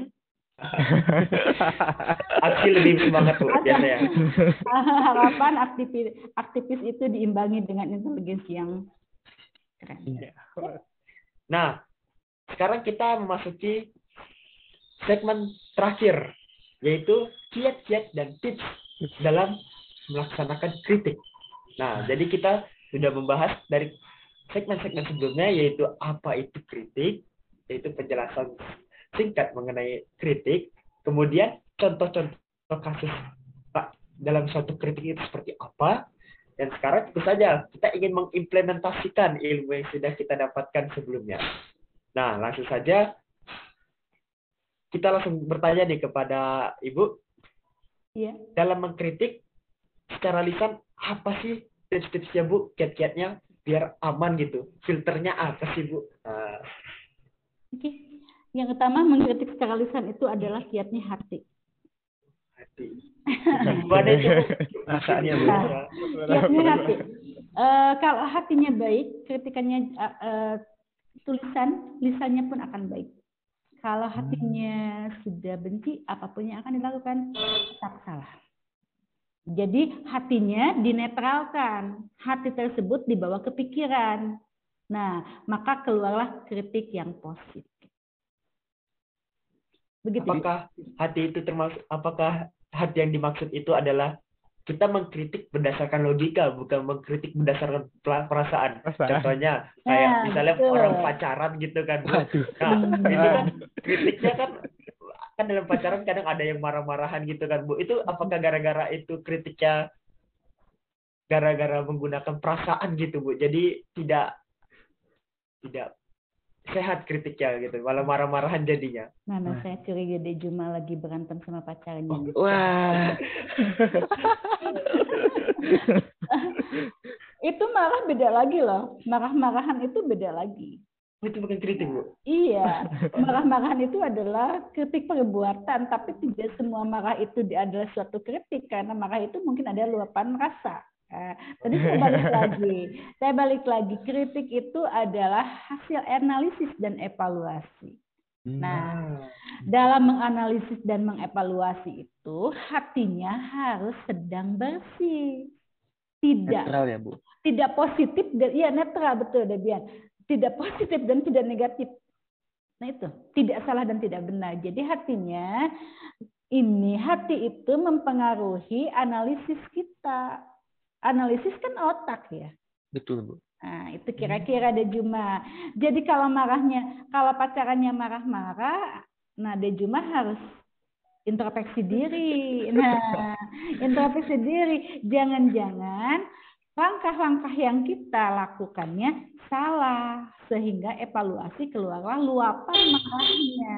Speaker 1: Aksi lebih semangat Bu, biasanya.
Speaker 3: Harapan aktivis aktivis itu diimbangi dengan inteligensi yang keren.
Speaker 1: Nah, sekarang kita memasuki segmen terakhir, yaitu kiat-kiat dan tips dalam melaksanakan kritik. Nah, jadi kita sudah membahas dari segmen-segmen sebelumnya, yaitu apa itu kritik, yaitu penjelasan singkat mengenai kritik, kemudian contoh-contoh kasus Pak dalam suatu kritik itu seperti apa, dan sekarang tentu saja kita ingin mengimplementasikan ilmu yang sudah kita dapatkan sebelumnya. Nah, langsung saja kita langsung bertanya nih kepada Ibu.
Speaker 3: Iya.
Speaker 1: Dalam mengkritik secara lisan, apa sih tips-tipsnya Bu, kiat-kiatnya biar aman gitu? Filternya apa sih Bu? Nah.
Speaker 3: Oke. Yang pertama mengkritik secara lisan itu adalah kiatnya hati.
Speaker 1: Hati. Gimana itu?
Speaker 4: Rasanya Bu.
Speaker 3: Nah, kiatnya hati. Uh, kalau hatinya baik, kritikannya uh, uh, tulisan, lisannya pun akan baik. Kalau hatinya sudah benci, apapun yang akan dilakukan tetap salah. Jadi hatinya dinetralkan, hati tersebut dibawa ke pikiran. Nah, maka keluarlah kritik yang positif. Begitu.
Speaker 1: Apakah hati itu termasuk, apakah hati yang dimaksud itu adalah kita mengkritik berdasarkan logika, bukan mengkritik berdasarkan perasaan.
Speaker 2: Perasaan.
Speaker 1: Contohnya kayak
Speaker 3: Nah,
Speaker 1: misalnya
Speaker 3: betul.
Speaker 1: orang pacaran gitu kan, Bu.
Speaker 2: Waduh.
Speaker 1: Nah, itu kan kritiknya kan kan dalam pacaran kadang ada yang marah-marahan gitu kan, Bu. Itu apakah gara-gara itu kritiknya gara-gara menggunakan perasaan gitu, Bu. Jadi tidak tidak sehat kritiknya gitu, malah marah-marahan jadinya.
Speaker 3: Mana saya curiga deh Juma lagi berantem sama pacarnya. nih.
Speaker 4: Wah,
Speaker 3: Itu marah beda lagi loh. Marah-marahan itu beda lagi.
Speaker 1: Itu bukan kritik, Bu.
Speaker 3: Iya, marah-marahan itu adalah kritik perbuatan, tapi tidak semua marah itu adalah suatu kritik, karena marah itu mungkin ada luapan rasa. Nah, tadi saya balik lagi, saya balik lagi, kritik itu adalah hasil analisis dan evaluasi. Nah, dalam menganalisis dan mengevaluasi itu, hatinya harus sedang bersih. Tidak
Speaker 4: netral ya, Bu.
Speaker 3: tidak positif dan iya netral, betul Debian. Tidak positif dan tidak negatif. Nah itu tidak salah dan tidak benar. Jadi hatinya ini hati itu mempengaruhi analisis kita. Analisis kan otak ya.
Speaker 4: Betul, Bu.
Speaker 3: Nah itu kira-kira deh Juma. Jadi kalau marahnya, kalau pacarannya marah-marah, nah deh Juma harus introspeksi diri. Nah introspeksi diri. Jangan-jangan langkah-langkah yang kita lakukannya salah, sehingga evaluasi keluarlah luapan marahnya.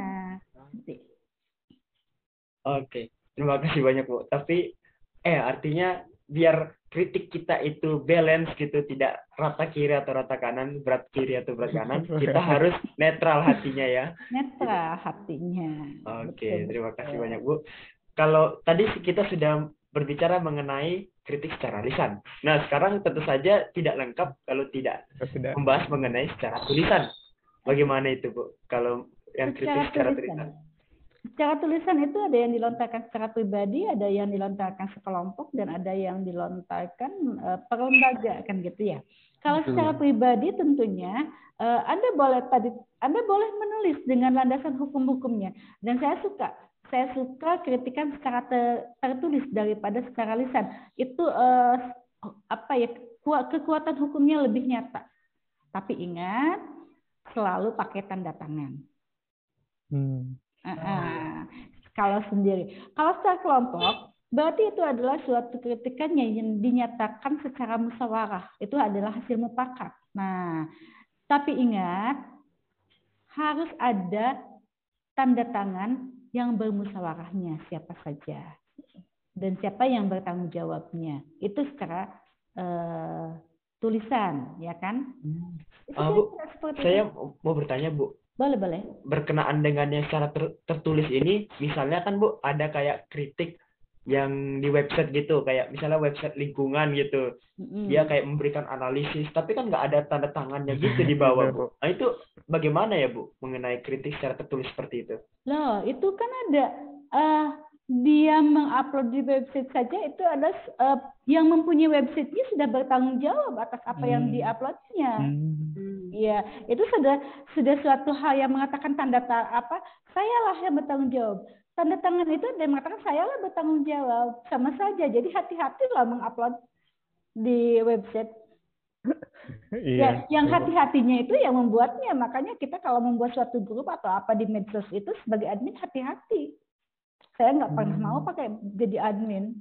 Speaker 1: Oke, terima kasih banyak, Bu. Tapi eh artinya biar kritik kita itu balance gitu, tidak rata kiri atau rata kanan, berat kiri atau berat kanan, kita harus netral hatinya ya.
Speaker 3: Netral hatinya.
Speaker 1: Oke,
Speaker 3: Betul,
Speaker 1: terima
Speaker 3: betul.
Speaker 1: kasih banyak, Bu. Kalau tadi kita sudah berbicara mengenai kritik secara lisan. Nah, sekarang tentu saja tidak lengkap kalau tidak
Speaker 2: Sudah.
Speaker 1: membahas mengenai secara tulisan. Bagaimana itu, Bu? Kalau yang kritik secara tulisan.
Speaker 3: tulisan. Secara tulisan itu ada yang dilontarkan secara pribadi, ada yang dilontarkan sekelompok, dan ada yang dilontarkan uh, per lembaga, kan gitu ya. Kalau
Speaker 4: Betul.
Speaker 3: secara pribadi tentunya uh, Anda boleh tadi Anda boleh menulis dengan landasan hukum-hukumnya, dan saya suka saya suka kritikan secara ter, tertulis daripada secara lisan. Itu uh, apa ya, kekuatan hukumnya lebih nyata. Tapi ingat selalu pakai tanda tangan.
Speaker 2: Hmm.
Speaker 3: Uh, uh, kalau sendiri, kalau secara kelompok, berarti itu adalah suatu kritikan yang dinyatakan secara musyawarah. Itu adalah hasil mufakat. Nah, tapi ingat harus ada tanda tangan yang bermusyawarahnya siapa saja dan siapa yang bertanggung jawabnya. Itu secara uh, tulisan, ya kan?
Speaker 1: Hmm.
Speaker 3: Itu
Speaker 1: Ah, Bu, saya
Speaker 3: itu.
Speaker 1: mau bertanya, Bu.
Speaker 3: Boleh, boleh.
Speaker 1: Berkenaan dengan yang secara ter tertulis ini, misalnya kan, Bu, ada kayak kritik yang di website gitu, kayak misalnya website lingkungan gitu.
Speaker 3: Mm-hmm.
Speaker 1: Dia kayak memberikan analisis, tapi kan nggak ada tanda tangannya gitu di bawah, Bu. Nah, itu bagaimana ya, Bu, mengenai kritik secara tertulis seperti itu?
Speaker 3: Loh, itu kan ada uh, dia mengupload di website saja, itu ada uh, yang mempunyai websitenya sudah bertanggung jawab atas apa hmm. yang diuploadnya. Iya, hmm. itu sudah sudah suatu hal yang mengatakan tanda ta apa? Sayalah yang bertanggung jawab. Tanda tangan itu dia mengatakan sayalah bertanggung jawab, sama saja. Jadi hati-hatilah mengupload di website.
Speaker 2: Iya.
Speaker 3: Ya, yang hati-hatinya itu yang membuatnya. Makanya kita kalau membuat suatu grup atau apa di medsos itu sebagai admin hati-hati. Saya nggak pernah mau pakai jadi admin.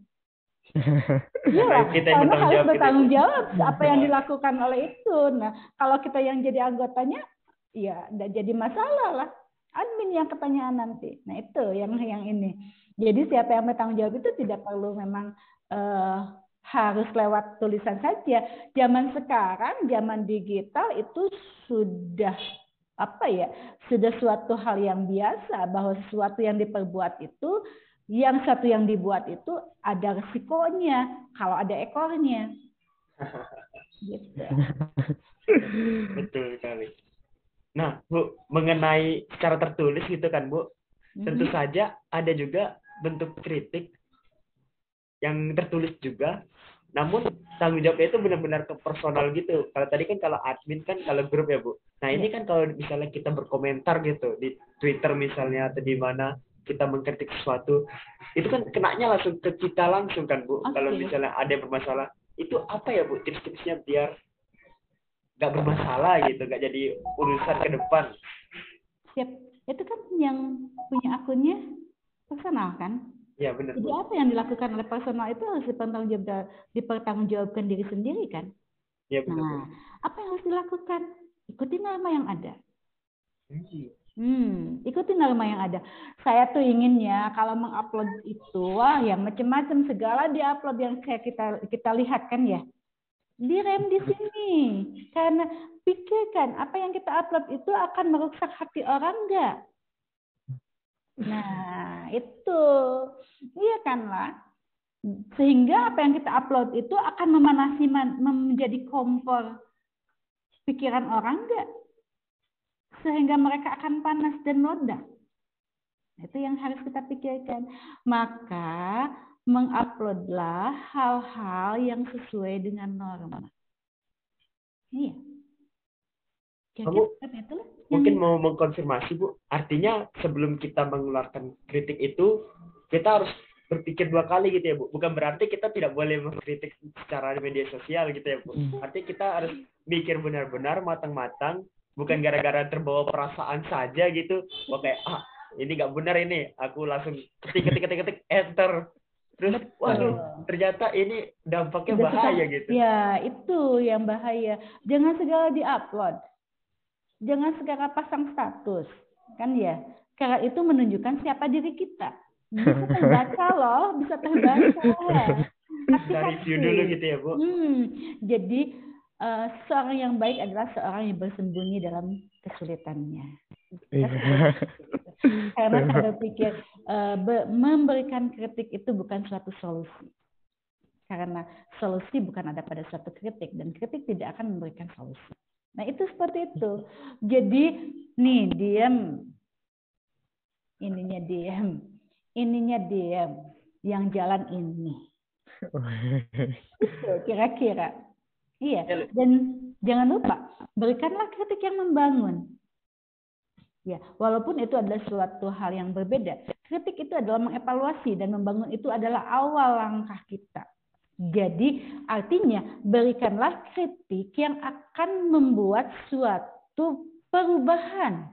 Speaker 3: Iya, karena harus bertanggung jawab apa yang dilakukan oleh itu. Nah, kalau kita yang jadi anggotanya, ya nggak jadi masalah lah. Admin yang pertanyaan nanti. Nah itu yang yang ini. Jadi siapa yang bertanggung jawab itu tidak perlu memang uh, harus lewat tulisan saja. Zaman sekarang, zaman digital itu sudah apa ya? Sudah suatu hal yang biasa bahwa sesuatu yang diperbuat itu, yang satu yang dibuat itu ada resikonya kalau ada ekornya. Gitu.
Speaker 1: Betul sekali. Nah, Bu, mengenai secara tertulis gitu kan, Bu, tentu
Speaker 3: Mhm.
Speaker 1: saja ada juga bentuk kritik yang tertulis juga, namun tanggung jawabnya itu benar-benar ke personal gitu. Kalau tadi kan kalau admin kan kalau grup ya, Bu. Nah, ini
Speaker 3: Iya.
Speaker 1: kan kalau misalnya kita berkomentar gitu di Twitter misalnya atau di mana kita mengkritik sesuatu, itu kan kenanya langsung ke kita langsung kan, Bu. Kalau
Speaker 3: Oke.
Speaker 1: misalnya ada yang bermasalah, itu apa ya, Bu, tips-tipsnya biar nggak bermasalah gitu, nggak jadi urusan ke depan.
Speaker 3: Siap. Itu kan yang punya akunnya personal kan?
Speaker 1: Ya, benar,
Speaker 3: Jadi
Speaker 1: Bu.
Speaker 3: apa yang dilakukan oleh personal itu harus dipertanggungjawab- dipertanggungjawabkan diri sendiri kan?
Speaker 1: Ya, benar, Bu.
Speaker 3: Nah, apa yang harus dilakukan? Ikuti norma yang ada.
Speaker 1: Hmm.
Speaker 3: Hmm, ikuti norma yang ada. Saya tuh inginnya kalau mengupload itu, wah yang macam-macam segala diupload yang kayak kita kita lihat kan ya. Direm di sini. Karena pikirkan apa yang kita upload itu akan merusak hati orang enggak? Nah, itu. Iya kan lah. Sehingga apa yang kita upload itu akan memanasi menjadi kompor pikiran orang enggak? Sehingga mereka akan panas dan meledak. Itu yang harus kita pikirkan. Maka menguploadlah hal-hal yang sesuai dengan norma. Iya. Kira-kira
Speaker 1: Kamu
Speaker 3: seperti itu lah yang
Speaker 1: mungkin mau mengkonfirmasi, Bu. Artinya sebelum kita mengeluarkan kritik itu, kita harus berpikir dua kali gitu ya, Bu. Bukan berarti kita tidak boleh mengkritik secara media sosial gitu ya, Bu. Artinya kita harus mikir benar-benar matang-matang, bukan gara-gara terbawa perasaan saja gitu. Wah, kayak, ah, ini nggak benar ini. Aku langsung ketik, ketik, ketik, ketik, enter. Terus, waduh,
Speaker 3: betul.
Speaker 1: ternyata ini dampaknya
Speaker 3: Udah kita,
Speaker 1: bahaya gitu.
Speaker 3: ya itu yang bahaya. Jangan segala diupload. Jangan segala pasang status. Kan ya. Karena itu menunjukkan siapa diri kita. Bisa terbaca loh, bisa terbaca.
Speaker 1: Kita review dulu
Speaker 3: Hati-hati.
Speaker 1: gitu ya, Bu.
Speaker 3: Hmm, jadi uh, seorang yang baik adalah seorang yang bersembunyi dalam kesulitannya.
Speaker 2: Iya.
Speaker 3: Karena saya berpikir uh, be- memberikan kritik itu bukan suatu solusi. Karena solusi bukan ada pada suatu kritik dan kritik tidak akan memberikan solusi. Nah itu seperti itu. Jadi nih diam, ininya diam, ininya diam, yang jalan ini. Itu kira-kira. Iya. Dan jangan lupa berikanlah kritik yang membangun. Ya, walaupun itu adalah suatu hal yang berbeda. Kritik itu adalah mengevaluasi dan membangun itu adalah awal langkah kita. Jadi artinya berikanlah kritik yang akan membuat suatu perubahan.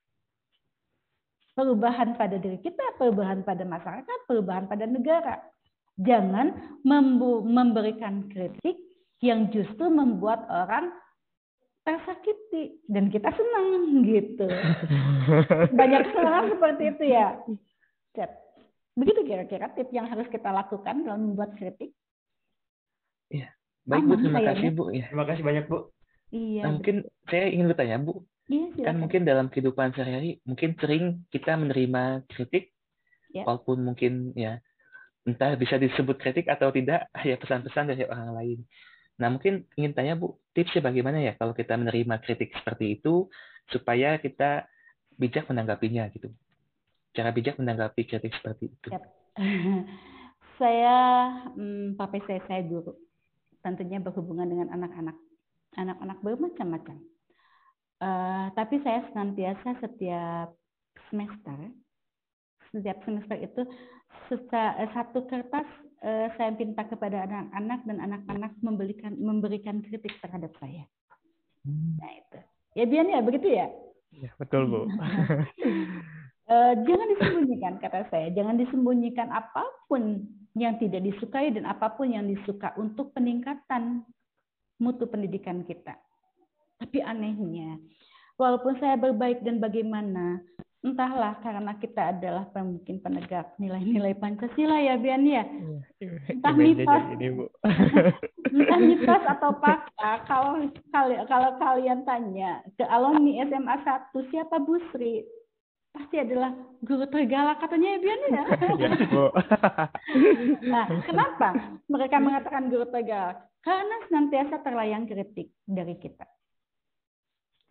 Speaker 3: Perubahan pada diri kita, perubahan pada masyarakat, perubahan pada negara. Jangan memberikan kritik yang justru membuat orang tersakiti dan kita senang gitu. Banyak orang seperti itu ya. Begitu kira-kira tips yang harus kita lakukan dalam membuat kritik.
Speaker 4: Iya. Baik, Bu, terima kasih, Bu. Ya.
Speaker 1: Terima kasih banyak, Bu.
Speaker 3: Iya.
Speaker 4: Nah, mungkin saya ingin bertanya, Bu.
Speaker 3: Iya,
Speaker 4: Kan
Speaker 3: silakan.
Speaker 4: mungkin dalam kehidupan sehari-hari mungkin sering kita menerima kritik,
Speaker 3: Ya.
Speaker 4: walaupun mungkin ya entah bisa disebut kritik atau tidak, ya pesan-pesan dari orang lain. Nah, mungkin ingin tanya, Bu, tipsnya bagaimana ya kalau kita menerima kritik seperti itu supaya kita bijak menanggapinya gitu. Cara bijak menanggapi kritik seperti itu.
Speaker 3: Yep. Saya, hmm, papai saya, saya guru. Tentunya berhubungan dengan anak-anak. Anak-anak bermacam-macam. Uh, tapi saya senantiasa setiap semester, setiap semester itu satu kertas uh, saya minta kepada anak-anak dan anak-anak memberikan memberikan kritik terhadap saya. Hmm. Nah itu, ya Bian ya begitu ya.
Speaker 2: Ya betul, Bu.
Speaker 3: uh, jangan disembunyikan kata saya, jangan disembunyikan apapun yang tidak disukai dan apapun yang disuka untuk peningkatan mutu pendidikan kita. Tapi anehnya, walaupun saya berbaik dan bagaimana, entahlah karena kita adalah mungkin penegak nilai-nilai Pancasila ya Bian ya. Entah mitos, entah mitos atau fakta, kalau kalau kalian tanya ke alumni S M A satu siapa Bu Sri, pasti adalah guru tergalak katanya ya Bian ya.
Speaker 2: Ya, Bu.
Speaker 3: Nah, kenapa mereka mengatakan guru tergalak? Karena senantiasa terlayang kritik dari kita.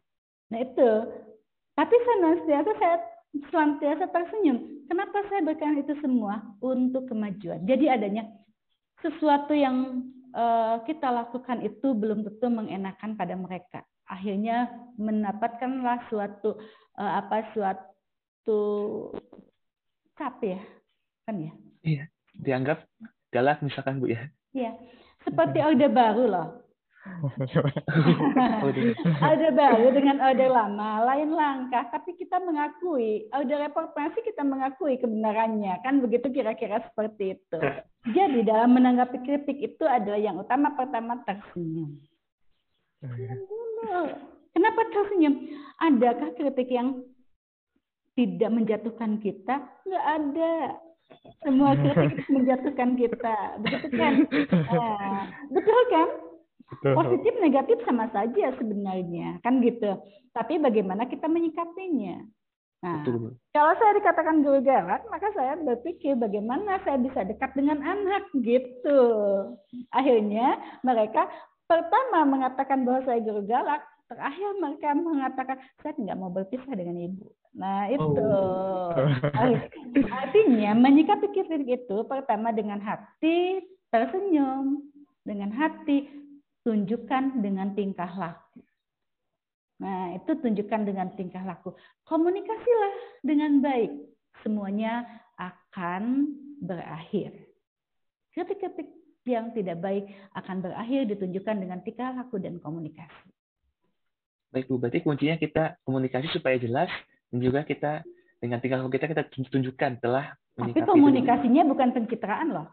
Speaker 3: Nah itu. Tapi senantiasa saya senantiasa tersenyum. Kenapa saya berikan itu semua? Untuk kemajuan. Jadi adanya sesuatu yang uh, kita lakukan itu belum tentu mengenakan pada mereka. Akhirnya mendapatkanlah suatu uh, apa suatu cap ya, kan ya?
Speaker 4: Iya, dianggap galak misalkan Bu ya.
Speaker 3: Iya, seperti orde baru loh. Orde baru dengan orde lama lain langkah, tapi kita mengakui orde reformasi, kita mengakui kebenarannya, kan begitu kira-kira seperti itu. Jadi dalam menanggapi kritik itu adalah yang utama pertama tersenyum. Kenapa tersenyum? Adakah kritik yang tidak menjatuhkan kita? Nggak ada. Semua kritik menjatuhkan kita, begitu kan? Nah, betul kan? Betul. Positif negatif sama saja sebenarnya, kan gitu. Tapi bagaimana kita menyikapinya? Nah, betul. Kalau saya dikatakan guru galak, maka saya berpikir bagaimana saya bisa dekat dengan anak gitu. Akhirnya mereka pertama mengatakan bahwa saya guru galak, terakhir mereka mengatakan saya tidak mau berpisah dengan ibu. Nah itu oh. Artinya menyikapi kritik itu pertama dengan hati tersenyum, dengan hati tunjukkan dengan tingkah laku. Nah, itu tunjukkan dengan tingkah laku. Komunikasilah dengan baik. Semuanya akan berakhir. Kritik-kritik yang tidak baik akan berakhir ditunjukkan dengan tingkah laku dan komunikasi.
Speaker 4: Baik Bu, berarti kuncinya kita komunikasi supaya jelas dan juga kita dengan tingkah laku kita kita tunjukkan telah
Speaker 3: menyikapi. Tapi komunikasinya itu. Bukan pencitraan loh.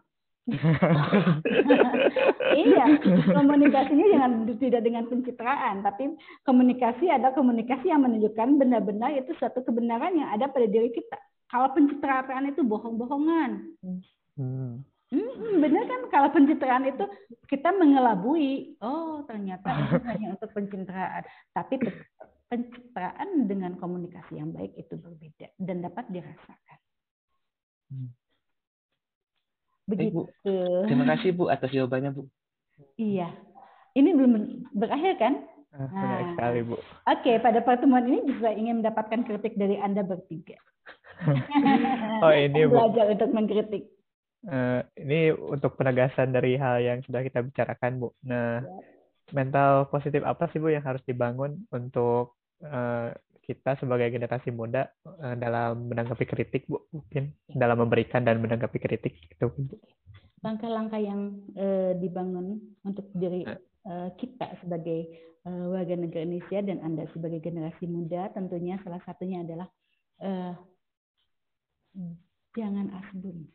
Speaker 3: Iya, komunikasinya jangan tidak dengan pencitraan, tapi komunikasi ada komunikasi yang menunjukkan benar-benar itu suatu kebenaran yang ada pada diri kita. Kalau pencitraan itu bohong-bohongan. Hmm. Hmm, benar kan? Kalau pencitraan itu kita mengelabui. Oh, ternyata itu hanya untuk pencitraan. Tapi pencitraan dengan komunikasi yang baik itu berbeda dan dapat dirasakan. Hmm. Begitu.
Speaker 4: Baik, Bu. Terima kasih Bu atas jawabannya Bu.
Speaker 3: Iya. Ini belum berakhir kan?
Speaker 2: Nah, benar sekali Bu.
Speaker 3: Oke, pada pertemuan ini juga ingin mendapatkan kritik dari Anda bertiga.
Speaker 2: Oh ini Bu.
Speaker 3: Belajar untuk mengkritik.
Speaker 2: Uh, ini untuk penegasan dari hal yang sudah kita bicarakan Bu. Nah, ya. Mental positif apa sih Bu yang harus dibangun untuk uh, kita sebagai generasi muda uh, dalam menanggapi kritik Bu, mungkin dalam memberikan dan menanggapi kritik itu Bu.
Speaker 3: Langkah-langkah yang uh, dibangun untuk diri uh, kita sebagai uh, warga negara Indonesia dan Anda sebagai generasi muda tentunya salah satunya adalah uh, jangan asbun.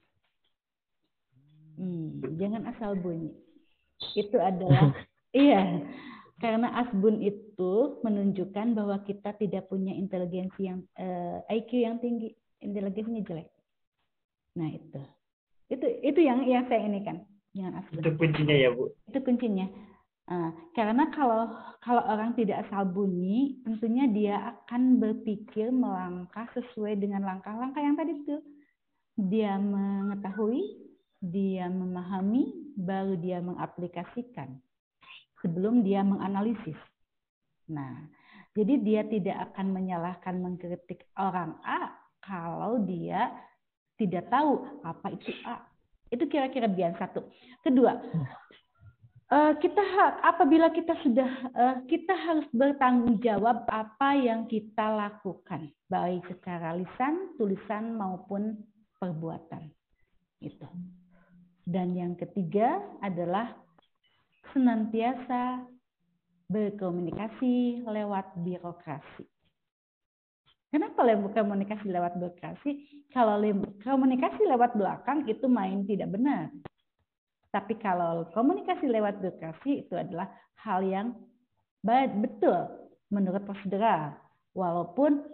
Speaker 3: Hmm, jangan asal bunyi. Itu adalah iya. Karena asbun itu menunjukkan bahwa kita tidak punya inteligensi yang eh, I Q yang tinggi, inteligensinya jelek. Nah itu, itu itu yang yang saya ini kan, jangan asbun.
Speaker 1: Itu kuncinya ya Bu.
Speaker 3: Itu kuncinya. Uh, karena kalau kalau orang tidak asal bunyi, tentunya dia akan berpikir melangkah sesuai dengan langkah-langkah yang tadi itu. Dia mengetahui, dia memahami, baru dia mengaplikasikan. Sebelum dia menganalisis. Nah, jadi dia tidak akan menyalahkan mengkritik orang A kalau dia tidak tahu apa itu A. Itu kira-kira biar satu. Kedua, kita apabila kita sudah kita harus bertanggung jawab apa yang kita lakukan, baik secara lisan, tulisan maupun perbuatan. Itu. Dan yang ketiga adalah senantiasa berkomunikasi lewat birokrasi. Kenapa komunikasi lewat birokrasi? Kalau komunikasi lewat belakang itu main tidak benar. Tapi kalau komunikasi lewat birokrasi itu adalah hal yang betul menurut prosedural. Walaupun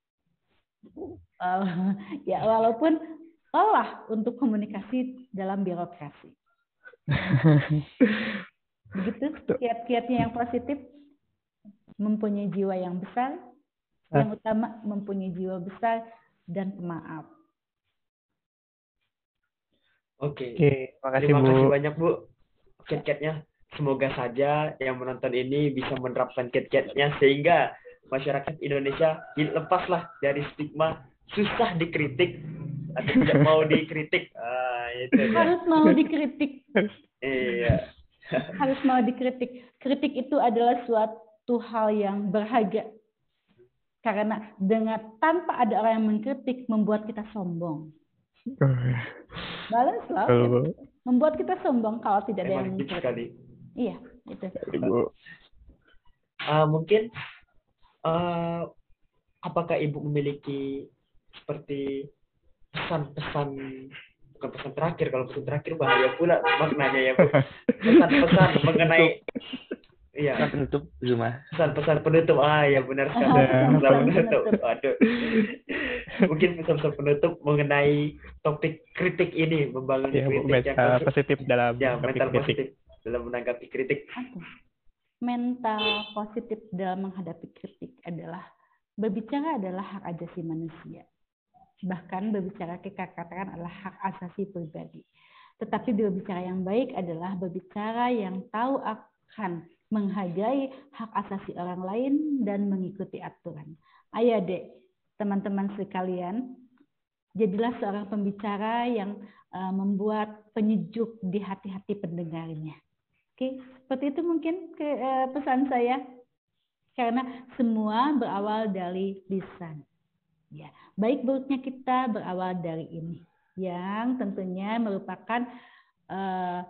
Speaker 3: uh, ya walaupun lelah untuk komunikasi dalam birokrasi. Begitu kiat-kiatnya yang positif, mempunyai jiwa yang besar, yang utama mempunyai jiwa besar dan pemaaf.
Speaker 1: Oke,
Speaker 2: Oke, makasih,
Speaker 1: terima
Speaker 2: Bu.
Speaker 1: kasih banyak Bu kiat-kiatnya. Semoga saja yang menonton ini bisa menerapkan kiat-kiatnya sehingga masyarakat Indonesia lepaslah dari stigma susah dikritik atau tidak mau dikritik. Ah, itu dia.
Speaker 3: Harus mau dikritik.
Speaker 1: Iya.
Speaker 3: Harus mau dikritik. Kritik itu adalah suatu hal yang berharga. Karena dengan tanpa ada orang yang mengkritik membuat kita sombong. Balance lah.
Speaker 2: Betul, Bu.
Speaker 3: Membuat kita sombong kalau tidak ada yang
Speaker 1: Emang deep
Speaker 3: mengkritik.
Speaker 1: sekali.
Speaker 3: Iya, itu.
Speaker 2: Ibu.
Speaker 1: Ah, mungkin ah, apakah Ibu memiliki seperti pesan-pesan, bukan pesan terakhir, kalau pesan terakhir bahaya pula maknanya ya Bu. Pesan-pesan mengenai iya,
Speaker 4: Pesan penutup Zuma.
Speaker 1: pesan-pesan penutup. Ah ya benar sekali.
Speaker 2: Ya,
Speaker 1: Pesan
Speaker 3: pesan
Speaker 1: penutup.
Speaker 3: penutup.
Speaker 1: Waduh. Mungkin pesan-pesan penutup mengenai topik kritik ini, membangun
Speaker 2: Ya, Bu,
Speaker 1: kritik yang
Speaker 2: mental
Speaker 1: konstru-
Speaker 2: positif dalam
Speaker 1: ya,
Speaker 2: topik
Speaker 1: mental
Speaker 2: kritik.
Speaker 1: positif dalam menanggapi kritik.
Speaker 3: Oke. Mental positif dalam menghadapi kritik adalah berbicara adalah hak asasi manusia. Bahkan berbicara kita katakan adalah hak asasi pribadi. Tetapi berbicara yang baik adalah berbicara yang tahu akan menghargai hak asasi orang lain dan mengikuti aturan. Ayo Dek, teman-teman sekalian, jadilah seorang pembicara yang uh, membuat penyejuk di hati-hati pendengarnya. Oke, seperti itu mungkin ke, uh, pesan saya. Karena semua berawal dari lisan. Ya, baik buruknya kita berawal dari ini, yang tentunya merupakan uh,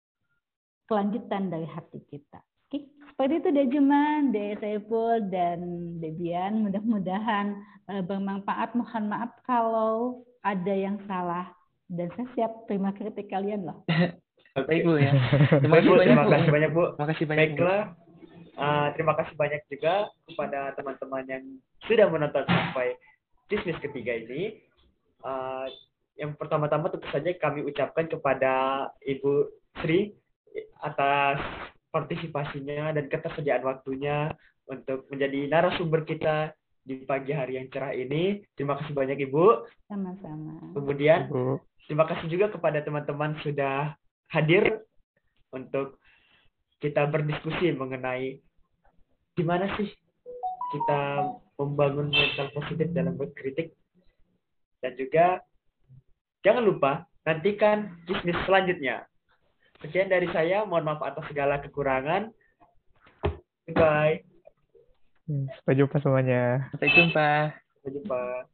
Speaker 3: kelanjutan dari hati kita. Oke, seperti itu Dek Juma, Dek Saiful, dan Dek Bian. Mudah-mudahan uh, bermanfaat. Mohon maaf kalau ada yang salah, dan saya siap terima kritik kalian loh.
Speaker 1: Oke.
Speaker 4: Baik Bu ya. Terima
Speaker 1: Baik,
Speaker 4: kasih
Speaker 1: Bu,
Speaker 4: banyak
Speaker 1: terima
Speaker 4: Bu.
Speaker 1: kasih banyak Bu.
Speaker 4: Terima kasih banyak Bu.
Speaker 1: Baiklah, uh, terima kasih banyak juga kepada teman-teman yang sudah menonton sampai Dismiss ketiga ini. Uh, yang pertama-tama tentu saja kami ucapkan kepada Ibu Sri atas partisipasinya dan ketersediaan waktunya untuk menjadi narasumber kita di pagi hari yang cerah ini. Terima kasih banyak Ibu.
Speaker 3: Sama-sama.
Speaker 1: Kemudian
Speaker 2: Bu.
Speaker 1: terima kasih juga kepada teman-teman sudah hadir untuk kita berdiskusi mengenai gimana sih kita membangun mental positif dalam berkritik. Dan juga jangan lupa nantikan Dismiss selanjutnya. Sekian dari saya, mohon maaf atas segala kekurangan. Goodbye.
Speaker 2: Sampai jumpa semuanya.
Speaker 4: Sampai jumpa.
Speaker 1: Sampai jumpa.